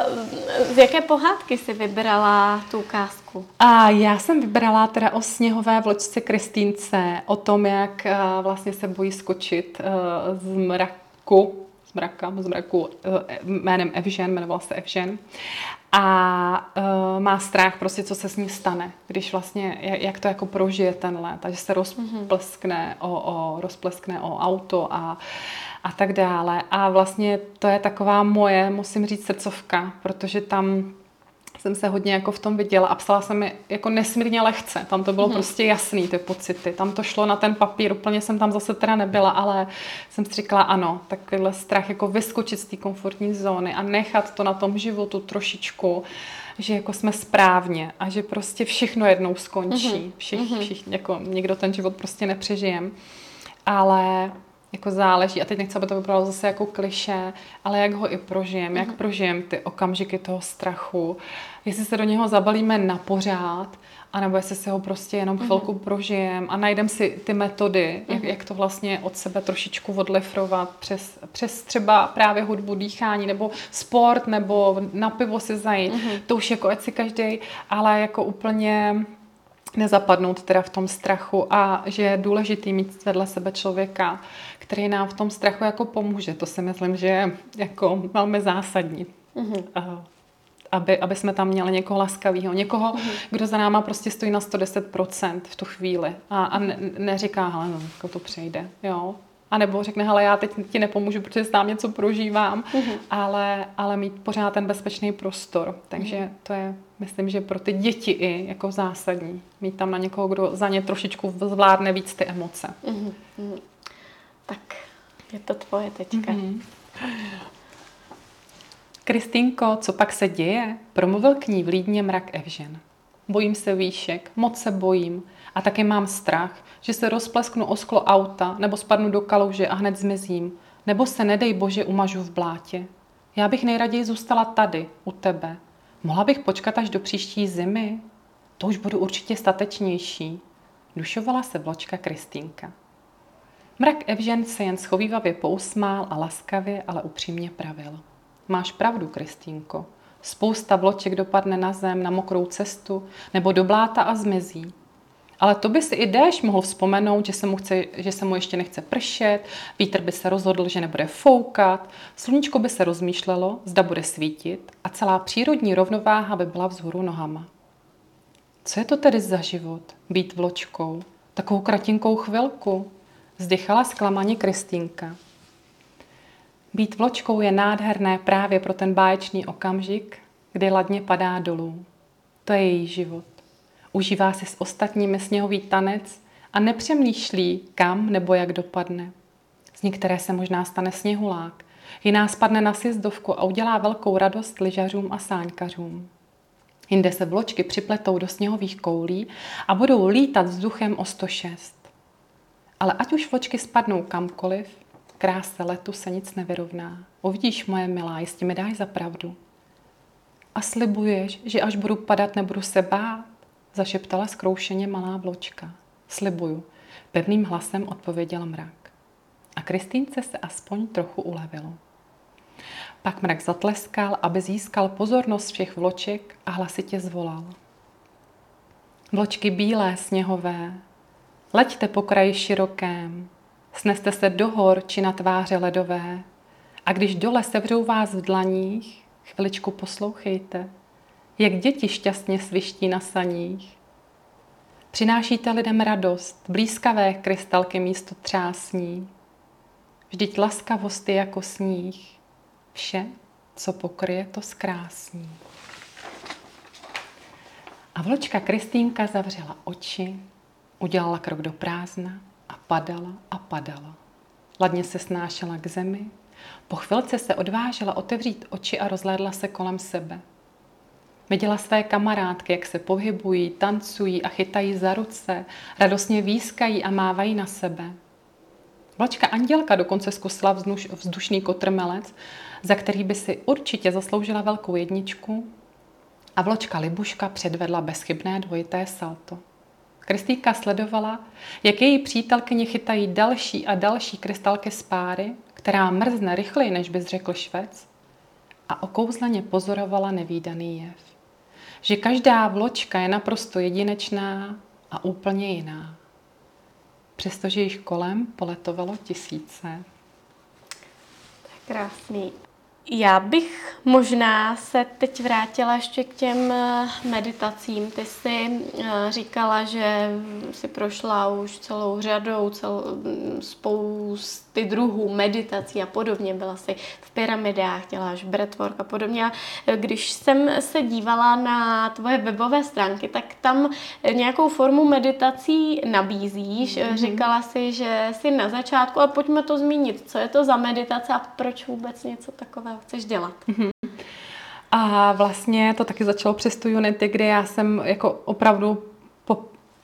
z jaké pohádky jsi vybrala tu ukázku? A já jsem vybrala teda o sněhové vločce Kristýnce, o tom, jak uh, vlastně se bojí skočit uh, z mraku, z mraka, z mraku uh, jménem Evžen, jmenovala se Evžen. A uh, má strach prostě, co se s ní stane, když vlastně, jak, jak to jako prožije ten let, takže se rozpleskne o, o, rozpleskne o auto a, a tak dále. A vlastně to je taková moje, musím říct, srdcovka, protože tam jsem se hodně jako v tom viděla a psala jsem mi jako nesmírně lehce. Tam to bylo hmm. prostě jasný, ty pocity. Tam to šlo na ten papír, úplně jsem tam zase teda nebyla, ale jsem si říkala ano, takovýhle strach jako vyskočit z té komfortní zóny a nechat to na tom životu trošičku, že jako jsme správně a že prostě všechno jednou skončí. Všich, všichni, jako nikdo ten život prostě nepřežijem. Ale jako záleží, a teď nechci, aby to vypadalo zase jako klišé, ale jak ho i prožijem, jak prožijem ty okamžiky toho strachu, jestli se do něho zabalíme na pořád, anebo jestli si ho prostě jenom chvilku prožijem a najdem si ty metody, jak, jak to vlastně od sebe trošičku odlifrovat přes, přes třeba právě hudbu, dýchání, nebo sport, nebo na pivo si zajít. Mm-hmm. To už jako ať si každý, ale jako úplně nezapadnout teda v tom strachu a že je důležitý mít vedle sebe člověka, který nám v tom strachu jako pomůže. To si myslím, že je jako velmi zásadní. Mm-hmm. Aby, aby jsme tam měli někoho laskavého, někoho, mm-hmm. kdo za náma prostě stojí na sto deset procent v tu chvíli a, a ne, neříká, hele, no, jako to přejde, jo. A nebo řekne, hele, já teď ti nepomůžu, protože sám něco prožívám, mm-hmm. ale, ale mít pořád ten bezpečný prostor. Takže mm-hmm. to je, myslím, že pro ty děti i jako zásadní. Mít tam na někoho, kdo za ně trošičku zvládne víc ty emoce. Mm-hmm. Tak, je to tvoje teďka. Mm-hmm. Kristýnko, co pak se děje? Promluvil k ní vlídně mrak Evžen. Bojím se výšek, moc se bojím a taky mám strach, že se rozplesknu o sklo auta nebo spadnu do kaluže a hned zmizím, nebo se nedej bože umažu v blátě. Já bych nejraději zůstala tady, u tebe. Mohla bych počkat až do příští zimy? To už budu určitě statečnější. Dušovala se vločka Kristýnka. Mrak Evžen se jen schovívavě pousmál a laskavě, ale upřímně pravil. Máš pravdu, Kristýnko. Spousta vloček dopadne na zem, na mokrou cestu nebo do bláta a zmizí. Ale to by si i déšť mohl vzpomenout, že se, mu chce, že se mu ještě nechce pršet, vítr by se rozhodl, že nebude foukat, sluníčko by se rozmýšlelo, zda bude svítit a celá přírodní rovnováha by byla vzhůru nohama. Co je to tedy za život, být vločkou? Takovou kratinkou chvilku, vzdychala zklamaně Kristýnka. Být vločkou je nádherné právě pro ten báječný okamžik, kdy ladně padá dolů. To je její život. Užívá si s ostatními sněhový tanec a nepřemýšlí, kam nebo jak dopadne. Z některé se možná stane sněhulák, jiná spadne na sjezdovku a udělá velkou radost lyžařům a sáňkařům. Jinde se vločky připletou do sněhových koulí a budou lítat vzduchem o sto šest. Ale ať už vločky spadnou kamkoliv, kráse letu se nic nevyrovná. Uvidíš, moje milá, jistě mi dáš za pravdu. A slibuješ, že až budu padat, nebudu se bát? Zašeptala zkroušeně malá vločka. Slibuju, pevným hlasem odpověděl mrak. A Kristýnce se aspoň trochu ulevilo. Pak mrak zatleskal, aby získal pozornost všech vloček a hlasitě zvolal. Vločky bílé, sněhové, leďte po kraji širokém, sneste se do hor či na tváře ledové a když dole sevřou vás v dlaních, chviličku poslouchejte, jak děti šťastně sviští na saních. Přinášíte lidem radost, blízkavé krystalky místo třásní. Vždyť laskavost je jako sníh, vše, co pokryje, to zkrásní. A vločka Kristýnka zavřela oči, udělala krok do prázdna a padala a padala. Ladně se snášela k zemi, po chvilce se odvážela otevřít oči a rozhlédla se kolem sebe. Viděla své kamarádky, jak se pohybují, tancují a chytají za ruce, radostně výskají a mávají na sebe. Vločka Andělka dokonce zkusila vzduš, vzdušný kotrmelec, za který by si určitě zasloužila velkou jedničku, a vločka Libuška předvedla bezchybné dvojité salto. Kristýnka sledovala, jak její přítelkyně chytají další a další krystalky z páry, která mrzne rychleji, než bys řekl Švec, a okouzleně pozorovala nevídaný jev. Že každá vločka je naprosto jedinečná a úplně jiná. Přestože jich kolem poletovalo tisíce. Krásný. Já bych možná se teď vrátila ještě k těm meditacím. Ty jsi říkala, že jsi prošla už celou řadou, cel, spousty druhů meditací a podobně. Byla jsi v pyramidách, děláš breathwork a podobně. A když jsem se dívala na tvoje webové stránky, tak tam nějakou formu meditací nabízíš. Mm-hmm. Říkala jsi, že jsi na začátku, a pojďme to zmínit. Co je to za meditace a proč vůbec něco takového chceš dělat? Mm-hmm. A vlastně to taky začalo přes tu Unity, kdy já jsem jako opravdu po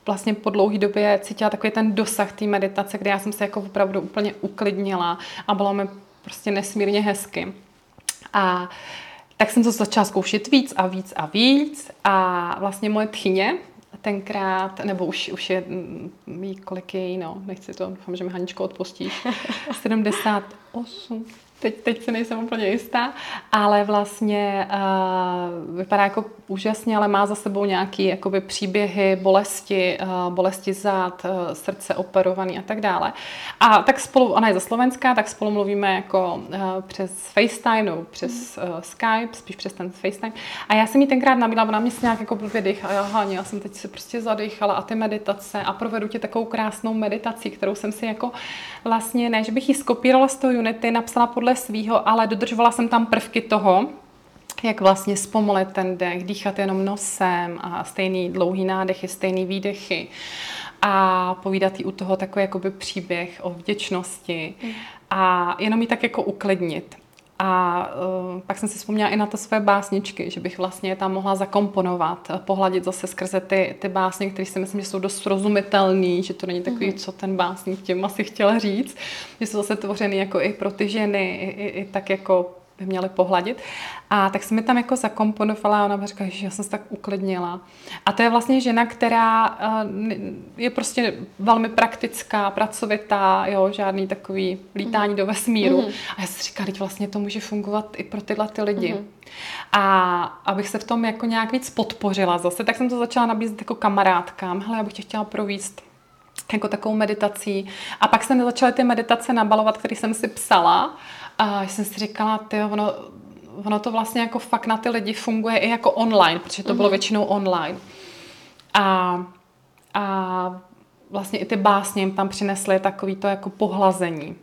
vlastně po dlouhé době cítila takový ten dosah té meditace, kde já jsem se jako opravdu úplně uklidnila a bylo mi prostě nesmírně hezky. A tak jsem to začala zkoušet víc a víc a víc a vlastně moje tchyně tenkrát, nebo už, už je, ví, kolik je jí, no, nechci to, doufám, že mi Haničko odpustíš, sedmdesát osm, teď, teď se nejsem úplně jistá, ale vlastně uh, vypadá jako úžasně, ale má za sebou nějaký jakoby příběhy, bolesti, uh, bolesti zad, uh, srdce operovaný a tak dále. A tak spolu, ona je ze Slovenska, tak spolu mluvíme jako uh, přes FaceTime, no, přes uh, Skype, spíš přes ten FaceTime. A já jsem jí tenkrát nabídla, ona mě nějak jako blbě dych a já, Hani, já jsem teď se prostě zadýchala a ty meditace a provedu ti takovou krásnou meditaci, kterou jsem si jako vlastně, ne, že bych ji skopírovala z toho Unity, napsala podle svýho, ale dodržovala jsem tam prvky toho, jak vlastně zpomalit ten dech, dýchat jenom nosem a stejný dlouhý nádechy, stejný výdechy a povídat jí u toho takový jakoby příběh o vděčnosti mm. a jenom ji tak jako uklidnit. A uh, pak jsem si vzpomněla i na to své básničky, že bych vlastně tam mohla zakomponovat, pohladit zase skrze ty, ty básně, které si myslím, že jsou dost srozumitelné, že to není takový, mm-hmm. co ten básník tím asi chtěla říct, že jsou zase tvořeny jako i pro ty ženy, i, i, i tak jako by měly pohladit. A tak jsem mi tam jako zakomponovala a ona mi říkala, že já jsem se tak uklidnila. A to je vlastně žena, která je prostě velmi praktická, pracovitá, jo, žádný takový lítání mm. do vesmíru. Mm. A já si říkala, že vlastně to může fungovat i pro tyhle ty lidi. Mm. A abych se v tom jako nějak víc podpořila zase, tak jsem to začala nabízet jako kamarádkám. Hele, já bych tě chtěla províst jako takovou meditací. A pak jsem začala ty meditace nabalovat, které jsem si psala. A jsem si říkala, tyjo, ono, ono to vlastně jako fakt na ty lidi funguje i jako online, protože to bylo většinou online. A, a vlastně i ty básně jim tam přinesly takový to jako pohlazení.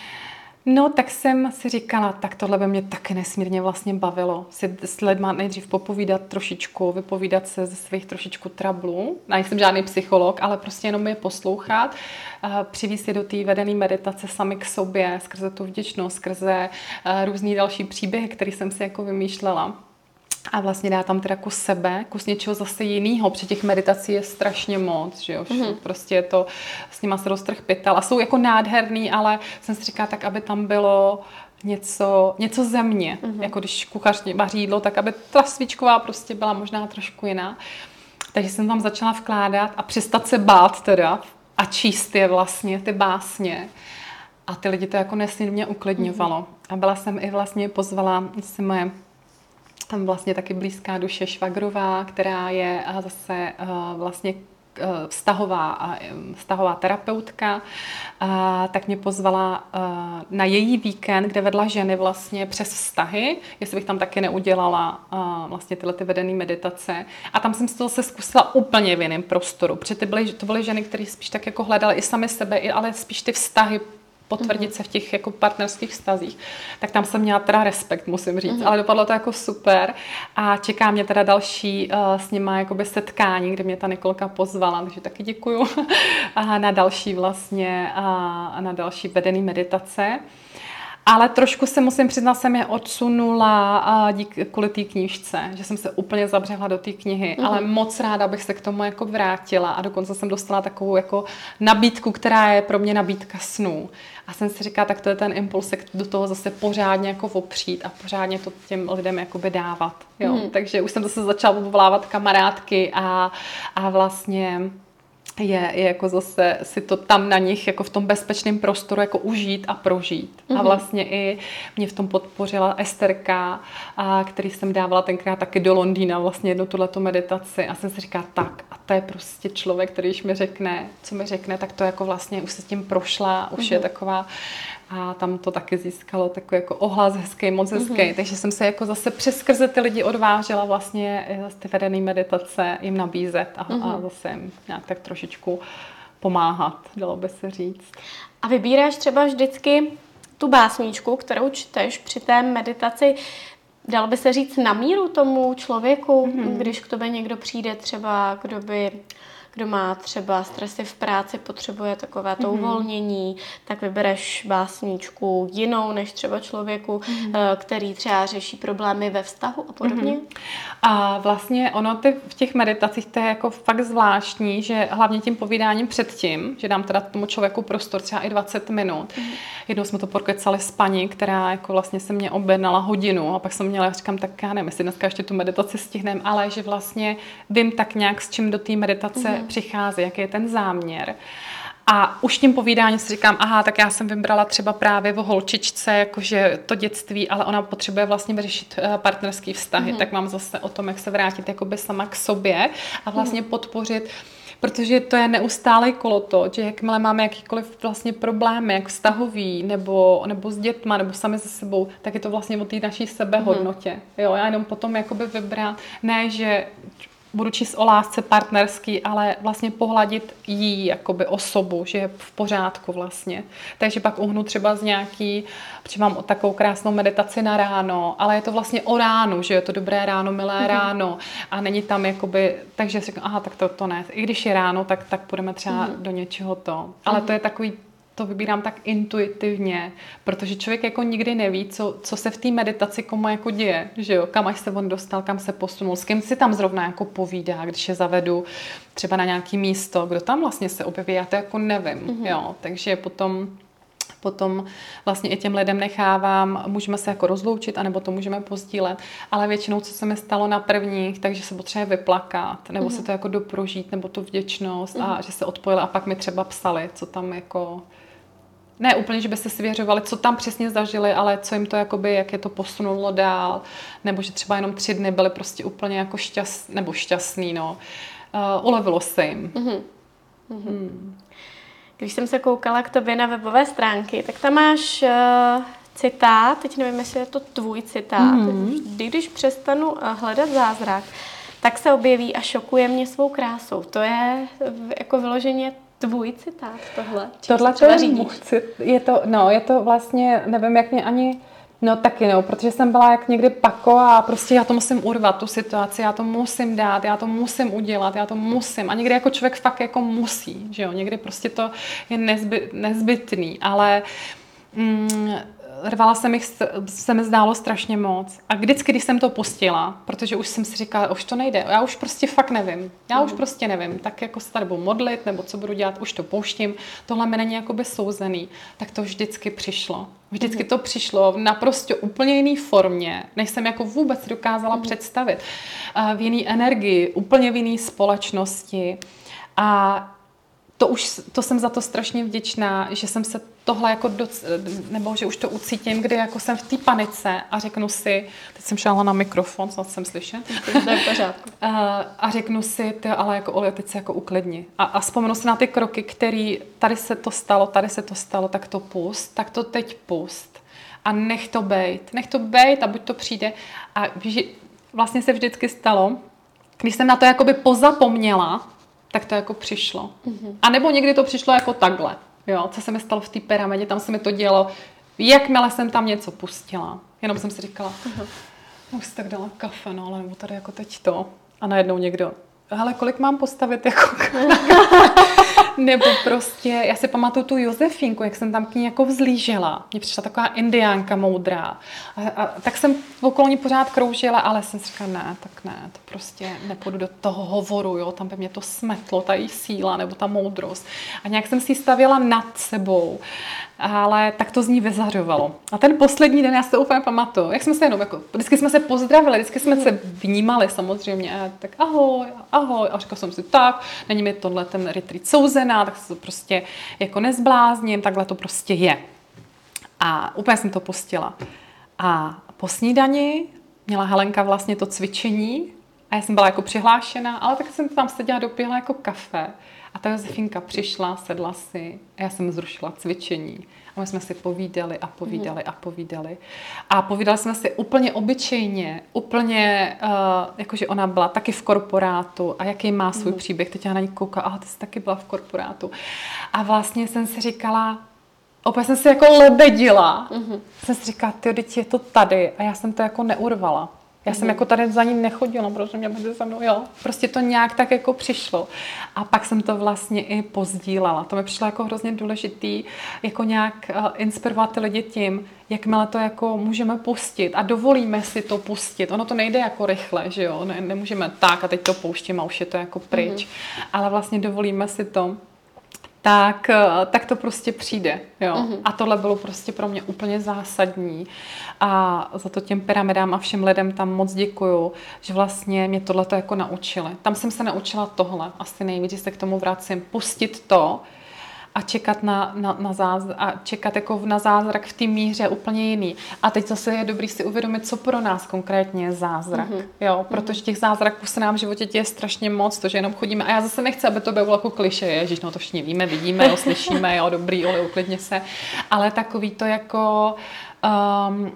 No, tak jsem si říkala, tak tohle by mě taky nesmírně vlastně bavilo. Si s lidma nejdřív popovídat trošičku, vypovídat se ze svých trošičku trablů. Nejsem žádný psycholog, ale prostě jenom je poslouchat. Přivízt je do té vedené meditace sami k sobě, skrze tu vděčnost, skrze různý další příběhy, které jsem si jako vymýšlela. A vlastně dá tam teda kus sebe, kus něčeho zase jinýho, protože těch meditací je strašně moc, že jo, mm-hmm. prostě je to, s nima se roztrh pytel a jsou jako nádherný, ale jsem si říkala tak, aby tam bylo něco, něco ze mě, mm-hmm. jako když kuchař vaří jídlo, tak aby ta svíčková prostě byla možná trošku jiná. Takže jsem tam začala vkládat a přestat se bát teda a číst je vlastně, ty básně. A ty lidi to jako nesmírně uklidňovalo. Mm-hmm. A byla jsem i vlastně, pozvala si moje tam vlastně taky blízká duše Švagrová, která je zase vlastně vztahová, vztahová terapeutka, tak mě pozvala na její víkend, kde vedla ženy vlastně přes vztahy, jestli bych tam taky neudělala vlastně tyhle ty vedené meditace. A tam jsem to se zkusila úplně v jiném prostoru, protože ty byly, to byly ženy, které spíš tak jako hledaly i sami sebe, ale spíš ty vztahy potvrdit mm-hmm. se v těch jako partnerských vztazích, tak tam jsem měla teda respekt, musím říct, mm-hmm. ale dopadlo to jako super a čeká mě teda další uh, s nima jakoby setkání, kde mě ta Nikolka pozvala, takže taky děkuju a na další vlastně a na další vedený meditace. Ale trošku se musím přiznat, jsem je odsunula dík, kvůli té knížce, že jsem se úplně zabřehla do té knihy, mm-hmm. ale moc ráda bych se k tomu jako vrátila a dokonce jsem dostala takovou jako nabídku, která je pro mě nabídka snů. A jsem si říkala, tak to je ten impuls, jak do toho zase pořádně jako opřít a pořádně to těm lidem jakoby dávat. Jo? Mm-hmm. Takže už jsem zase začala povolávat kamarádky a, a vlastně je, je jako zase si to tam na nich jako v tom bezpečném prostoru jako užít a prožít. Mm-hmm. A vlastně i mě v tom podpořila Esterka, a který jsem dávala tenkrát taky do Londýna vlastně jednu tuhletu meditaci a jsem si říkala tak a to je prostě člověk, který když mi řekne, co mi řekne, tak to jako vlastně už se tím prošla, už mm-hmm. je taková a tam to taky získalo takový jako ohlas hezký, moc hezký, mm-hmm. takže jsem se jako zase přes skrze ty lidi odvážela vlastně ty vedené meditace jim nabízet a, mm-hmm. a zase jim nějak tak trošičku pomáhat, dalo by se říct. A vybíráš třeba vždycky tu básničku, kterou čteš při té meditaci, dalo by se říct na míru tomu člověku, mm-hmm. když k tobě někdo přijde třeba, kdo by kdo má třeba stresy v práci, potřebuje takové to Mhm. uvolnění, tak vybereš básníčku jinou než třeba člověku, Mhm. eh, který třeba řeší problémy ve vztahu a podobně. Mhm. A vlastně ono ty, v těch meditacích to je jako fakt zvláštní, že hlavně tím povídáním předtím, že dám teda tomu člověku prostor třeba i dvacet minut. Mm. Jednou jsme to prokecali s paní, která jako vlastně se mě objednala hodinu a pak jsem měla, říkám, tak já nevím, jestli dneska ještě tu meditaci stihneme, ale že vlastně vím tak nějak, s čím do té meditace mm. přichází, jaký je ten záměr. A už tím povídáním si říkám, aha, tak já jsem vybrala třeba právě o holčičce, jakože to dětství, ale ona potřebuje vlastně vyřešit partnerský vztahy, mm. tak mám zase o tom, jak se vrátit jakoby sama k sobě a vlastně mm. podpořit, protože to je neustálý kolotoč, že jakmile máme jakýkoliv vlastně problémy, jak vztahový, nebo, nebo s dětma, nebo sami se sebou, tak je to vlastně o té naší sebehodnotě. Mm. Jo, já jenom potom jakoby vybrat, ne, že budu číst o lásce partnerský, ale vlastně pohladit jí jakoby osobu, že je v pořádku vlastně. Takže pak uhnu třeba z nějaký, protože mám takovou krásnou meditaci na ráno, ale je to vlastně o ránu, že je to dobré ráno, milé mm-hmm. ráno a není tam jakoby, takže si říkám, aha, tak to, to ne. I když je ráno, tak, tak půjdeme třeba mm-hmm. do něčeho to. Ale mm-hmm. to je takový, to vybírám tak intuitivně, protože člověk jako nikdy neví, co, co se v té meditaci komu jako děje, že jo, kam až se on dostal, kam se posunul, s kým si tam zrovna jako povídá, když je zavedu třeba na nějaký místo, kdo tam vlastně se objeví, já to jako nevím, mm-hmm. jo, takže potom potom vlastně i těm lidem nechávám, můžeme se jako rozloučit, anebo to můžeme pozdílet, ale většinou, co se mi stalo na prvních, takže se potřebuje vyplakat, nebo mm-hmm. se to jako doprožít, nebo tu vděčnost mm-hmm. a že se odpojili a pak mi třeba psali, co tam jako ne úplně, že by se svěřovali, co tam přesně zažili, ale co jim to jakoby, jak je to posunulo dál, nebo že třeba jenom tři dny byly prostě úplně jako šťastný, nebo šťastný, no. Uh, ulevilo se jim. Mm-hmm. Mm. Když jsem se koukala k tobě na webové stránky, tak tam máš uh, citát, teď nevím, jestli je to tvůj citát. Mm. Vždy, když přestanu uh, hledat zázrak, tak se objeví a šokuje mě svou krásou. To je jako vyloženě tvůj citát tohle? Tohle to je můj cit, je to, no, je to vlastně, nevím, jak mě ani, no taky no, protože jsem byla jak někdy pako a prostě já to musím urvat, tu situaci, já to musím dát, já to musím udělat, já to musím. A někdy jako člověk fakt jako musí, že jo, někdy prostě to je nezby, nezbytný, ale mm, rvala se mi, se mi zdálo strašně moc. A vždycky, když jsem to pustila, protože už jsem si říkala, už to nejde, já už prostě fakt nevím. Já už prostě nevím, tak jako se tady budu modlit, nebo co budu dělat, už to pouštím. Tohle mi není jakoby souzený. Tak to vždycky přišlo. Vždycky to přišlo v naprosto úplně jiný formě, než jsem jako vůbec dokázala představit. V jiný energii, úplně v jiný společnosti. A to už, to jsem za to strašně vděčná, že jsem se tohle jako doc, nebo že už to ucítím, kdy jako jsem v té panice a řeknu si, teď jsem šála na mikrofon, snad jsem slyšet. To je v pořádku. A řeknu si, ty, ale jako Olio, teď se jako uklidni. A, a vzpomenu si na ty kroky, který tady se to stalo, tady se to stalo, tak to pust, tak to teď pust. A nech to bejt, nech to bejt a buď to přijde. A vlastně se vždycky stalo, když jsem na to jakoby pozapomněla, tak to jako přišlo. Mm-hmm. A nebo někdy to přišlo jako takhle. Jo, co se mi stalo v té pyramidě, tam se mi to dělo, jakmile jsem tam něco pustila. Jenom jsem si říkala, uh-huh. už si tak dala kafe, no, ale nebo tady jako teď to. A najednou někdo, hele, kolik mám postavit jako nebo prostě, já si pamatuju tu Josefínku, jak jsem tam k ní jako vzlížela. Mně přišla taková indiánka moudrá. A, a tak jsem okolo ní pořád kroužila, ale jsem si říkala, ne, tak ne, to prostě nepůjdu do toho hovoru, jo, tam by mě to smetlo, ta její síla nebo ta moudrost. A nějak jsem si ji stavěla nad sebou, ale tak to z ní vyzařovalo. A ten poslední den, já si to úplně pamatuju, jak jsme se jenom, jako, vždycky jsme se pozdravili, vždycky jsme se vnímali samozřejmě, a tak ahoj, ahoj, a říkala jsem si tak, není mi tohle ten retreat souzená, tak se to prostě jako nezblázním, takhle to prostě je. A úplně jsem to pustila. A po snídani měla Helenka vlastně to cvičení a já jsem byla jako přihlášená, ale tak jsem tam seděla, dopila jako kafe. A ta Josefínka přišla, sedla si a já jsem zrušila cvičení. A my jsme si povídali a povídali a povídali. A povídali jsme si úplně obyčejně, úplně, uh, jakože ona byla taky v korporátu a jaký má svůj mm. příběh. Teď já na ní koukala, aha, ty jsi taky byla v korporátu. A vlastně jsem si říkala, opět jsem si jako lebedila. Mm. Jsem si říkala, ty, teď je to tady a já jsem to jako neurvala. Já jsem jako tady za ním nechodila, protože mě mezi se mnou, jo. Prostě to nějak tak jako přišlo. A pak jsem to vlastně i pozdílala. To mi přišlo jako hrozně důležitý, jako nějak uh, inspirovat ty lidi tím, jakmile to jako můžeme pustit a dovolíme si to pustit. Ono to nejde jako rychle, že jo. Ne, nemůžeme tak a teď to pouštím a už je to jako pryč. Mm-hmm. Ale vlastně dovolíme si to. Tak, tak to prostě přijde. Jo. Mm-hmm. A tohle bylo prostě pro mě úplně zásadní. A za to těm pyramidám a všem lidem tam moc děkuju, že vlastně mě tohle to jako naučili. Tam jsem se naučila tohle. Asi nejvíc, že se k tomu vracím. Pustit to a čekat na, na, na zázrak, a čekat jako na zázrak v té míře úplně jiný. A teď zase je dobrý si uvědomit, co pro nás konkrétně je zázrak. Mm-hmm. Jo, protože těch zázraků se nám v životě děje strašně moc, to, že jenom chodíme. A já zase nechci, aby to bylo jako klišé, ježiš, no to všichni víme, vidíme, jo, slyšíme, jo, dobrý, ole, uklidně se. Ale takový to jako... Um,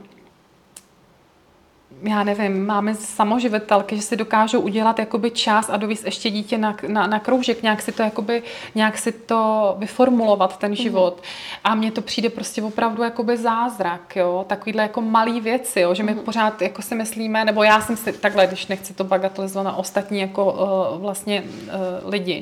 já nevím, máme samoživitelky, že si dokážou udělat jakoby čas a dovízt ještě dítě na, na, na kroužek, nějak si to jakoby, nějak si to vyformulovat, ten život. Mm. A mně to přijde prostě opravdu jakoby zázrak, jo, takovýhle jako malý věci, jo, že my mm. pořád jako si myslíme, nebo já jsem si takhle, když nechci to bagatelizovat na ostatní jako uh, vlastně uh, lidi,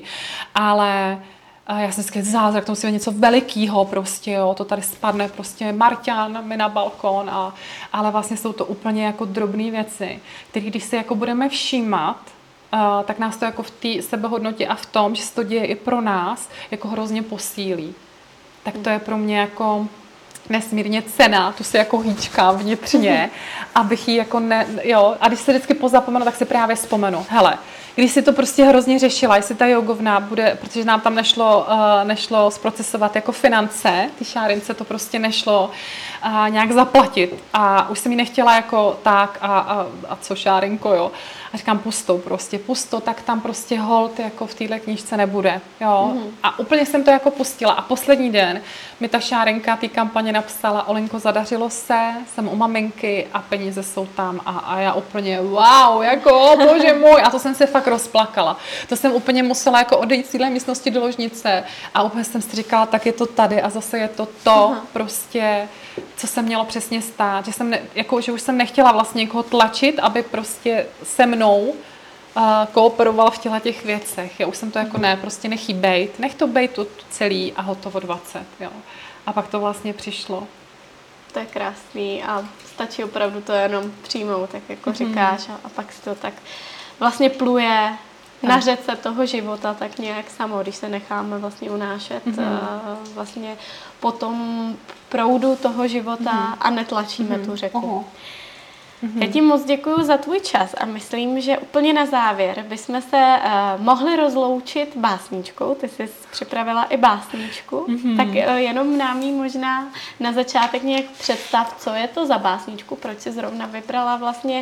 ale a já jsem si zázrak, to musí být něco velikýho prostě, jo, to tady spadne prostě Marťan mi na balkon, a, ale vlastně jsou to úplně jako drobné věci, které když si jako budeme všímat, uh, tak nás to jako v té sebehodnotě a v tom, že se to děje i pro nás, jako hrozně posílí. Tak to je pro mě jako nesmírně cenná, tu si jako hýčkám vnitřně, abych jí jako ne, jo, a když se vždycky pozapomenu, tak si právě vzpomenu, hele, když si to prostě hrozně řešila, jestli ta jogovna bude, protože nám tam nešlo, uh, nešlo zprocesovat jako finance, ty šárince to prostě nešlo uh, nějak zaplatit a už jsem jí nechtěla jako tak a, a, a co šárinko, jo. A říkám, pusto prostě, pusto, tak tam prostě hold jako v téhle knížce nebude, jo. Mm-hmm. A úplně jsem to jako pustila a poslední den mi ta šárenka té kampaně napsala, Olenko, zadařilo se, jsem u maminky a peníze jsou tam a, a já úplně wow, jako bože můj, a to jsem se fakt rozplakala. To jsem úplně musela jako odejít z téhle místnosti do ložnice a úplně jsem si říkala, tak je to tady a zase je to to, Aha. prostě, co se mělo přesně stát, že jsem, ne, jako, že už jsem nechtěla vlastně někoho tlačit, aby prostě se mnou uh, kooperoval v těchto těch věcech. Já už jsem to jako ne, prostě nech jí bejt, nech to bejt tu, tu celý a hotovo dvacet, jo. A pak to vlastně přišlo. To je krásný a stačí opravdu to jenom přijmout, tak jako mm-hmm. říkáš, a, a pak si to tak vlastně pluje na řece toho života tak nějak samo, když se necháme vlastně unášet mm-hmm. vlastně po tom proudu toho života mm-hmm. a netlačíme mm-hmm. tu řeku. Oho. Mm-hmm. Já ti moc děkuju za tvůj čas a myslím, že úplně na závěr bychom se uh, mohli rozloučit básničkou. Ty jsi připravila i básničku, mm-hmm. tak uh, jenom nám ji možná na začátek nějak představ, co je to za básničku, proč jsi zrovna vybrala vlastně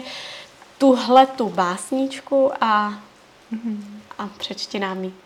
tuhle tu básničku a, mm-hmm. a přečti nám ji.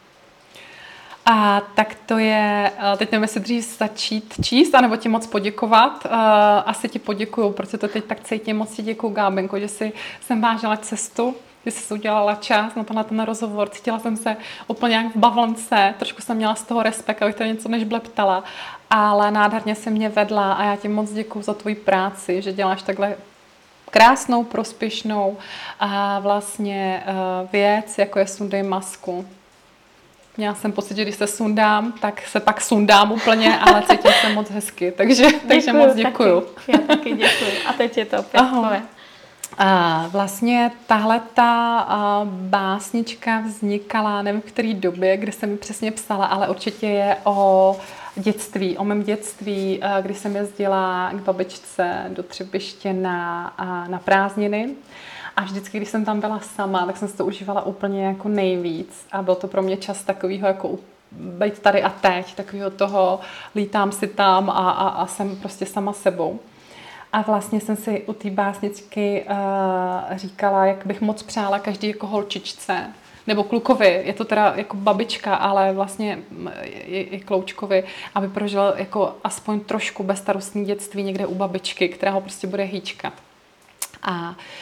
A tak to je, teď nevím, jestli dřív začít číst, anebo ti moc poděkovat. Asi ti poděkuju, protože to teď tak cítím, moc ti děkuju, Gábenko, že si jsem vážila cestu, že jsi udělala čas na tenhle ten rozhovor. Cítila jsem se úplně jak v bavlnce, trošku jsem měla z toho respekt, abych to něco než bleptala, ale nádherně se mě vedla a já ti moc děkuju za tvoji práci, že děláš takhle krásnou, prospěšnou a vlastně věc, jako je Sundej masku. Měla jsem pocit, že když se sundám, tak se pak sundám úplně, ale cítím se moc hezky, takže, děkuju, takže moc děkuju. Taky. Já taky děkuju. A teď je to opět tvoje. A vlastně tahle ta básnička vznikala, nevím v které době, kdy jsem mi přesně psala, ale určitě je o dětství, o mém dětství, kdy jsem jezdila k babičce do Třebiště na, na prázdniny. A vždycky, když jsem tam byla sama, tak jsem si to užívala úplně jako nejvíc. A byl to pro mě čas takovýho jako být tady a teď, takového toho lítám si tam a, a, a jsem prostě sama sebou. A vlastně jsem si u té básničky uh, říkala, jak bych moc přála každý jako holčičce, nebo klukovi, je to teda jako babička, ale vlastně i, i kloučkovi, aby prožil jako aspoň trošku bezstarostní dětství někde u babičky, která ho prostě bude hýčkat. A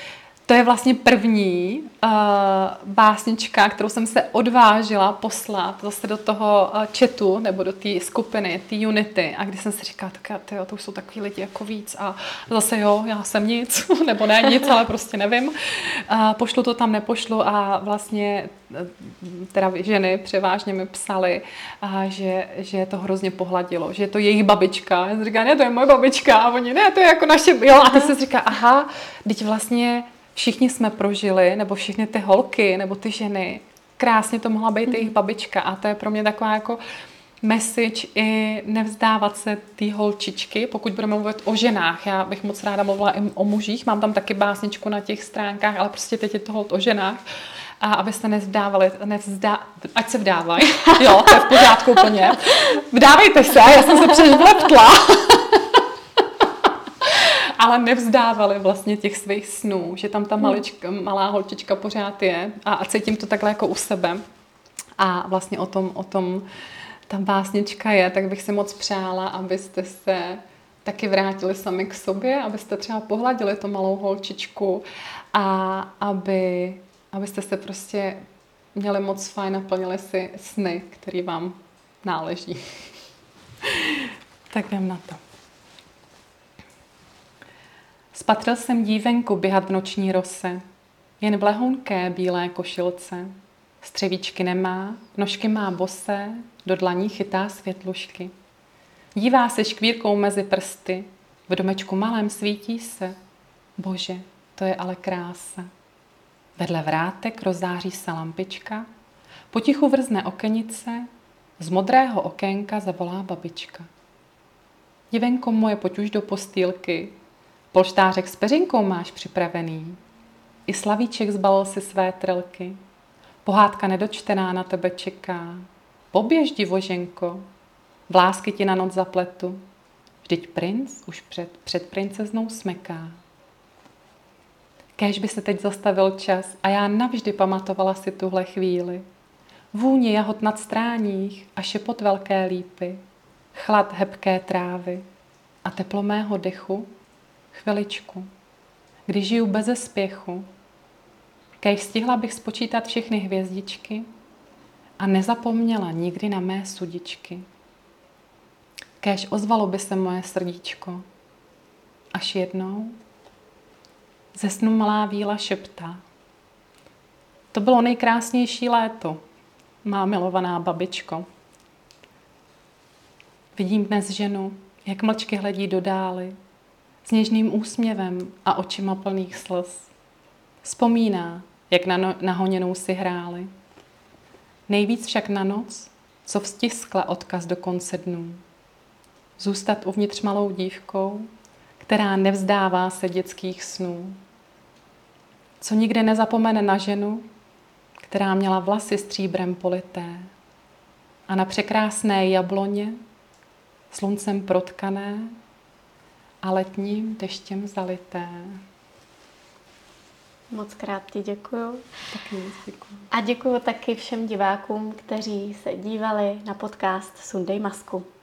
To je vlastně první uh, básnička, kterou jsem se odvážila poslat zase do toho uh, chatu nebo do té skupiny, té Unity. A když jsem si říkala, tak tyjo, to už jsou takový lidi jako víc. A zase jo, já jsem nic, nebo ne nic, ale prostě nevím. Uh, pošlu to tam, nepošlu a vlastně teda ženy převážně mi psaly, uh, že, že to hrozně pohladilo, že je to jejich babička. Já jsem říkala, ne, to je moje babička. A oni, ne, to je jako naše. Jo, a ty se říká, aha, teď vlastně všichni jsme prožili, nebo všechny ty holky, nebo ty ženy, krásně to mohla být jejich babička a to je pro mě taková jako message i nevzdávat se té holčičky, pokud budeme mluvit o ženách. Já bych moc ráda mluvila i o mužích, mám tam taky básničku na těch stránkách, ale prostě teď je to o ženách. A abyste nevzdávali, nevzdá, ať se vdávají, jo, to je v pořádku úplně. Vdávejte se, já jsem se přežvleptla. Ale nevzdávali vlastně těch svých snů, že tam ta malička, malá holčička pořád je a, a cítím to takhle jako u sebe. A vlastně o tom, o tom ta básnička je, tak bych si moc přála, abyste se taky vrátili sami k sobě, abyste třeba pohladili tu malou holčičku a aby, abyste se prostě měli moc fajn a plnili si sny, které vám náleží. Tak jdem na to. Spatřil jsem dívenku běhat v noční rose, jen v lehonké bílé košilce. Střevíčky nemá, nožky má bosé, do dlaní chytá světlušky. Dívá se škvírkou mezi prsty, v domečku malém svítí se. Bože, to je ale krása. Vedle vrátek rozzáří se lampička, potichu vrzne okenice, z modrého okénka zavolá babička. Dívenko moje, pojď už do postýlky, polštářek s peřinkou máš připravený. I slavíček zbalil si své trelky. Pohádka nedočtená na tebe čeká. Poběž, divoženko, vlásky ti na noc zapletu. Vždyť princ už před, před princeznou smeká. Kéž by se teď zastavil čas a já navždy pamatovala si tuhle chvíli. Vůně jahod nad stráních a šepot velké lípy. Chlad hebké trávy a teplo mého dechu. Chviličku, když žiju beze spěchu, kéž stihla bych spočítat všechny hvězdičky a nezapomněla nikdy na mé sudičky. Kéž ozvalo by se moje srdíčko, až jednou ze snu malá víla šeptá. To bylo nejkrásnější léto, má milovaná babičko. Vidím dnes ženu, jak mlčky hledí do dály, s něžným úsměvem a očima plných slz. Vzpomíná, jak na no, nahoněnou si hráli. Nejvíc však na noc, co vstiskla odkaz do konce dnů. Zůstat uvnitř malou dívkou, která nevzdává se dětských snů. Co nikdy nezapomene na ženu, která měla vlasy stříbrem polité a na překrásné jabloně, sluncem protkané, a letním deštěm zalité. Moc krát ti děkuju. Taky moc děkuju. A děkuju taky všem divákům, kteří se dívali na podcast Sundej masku.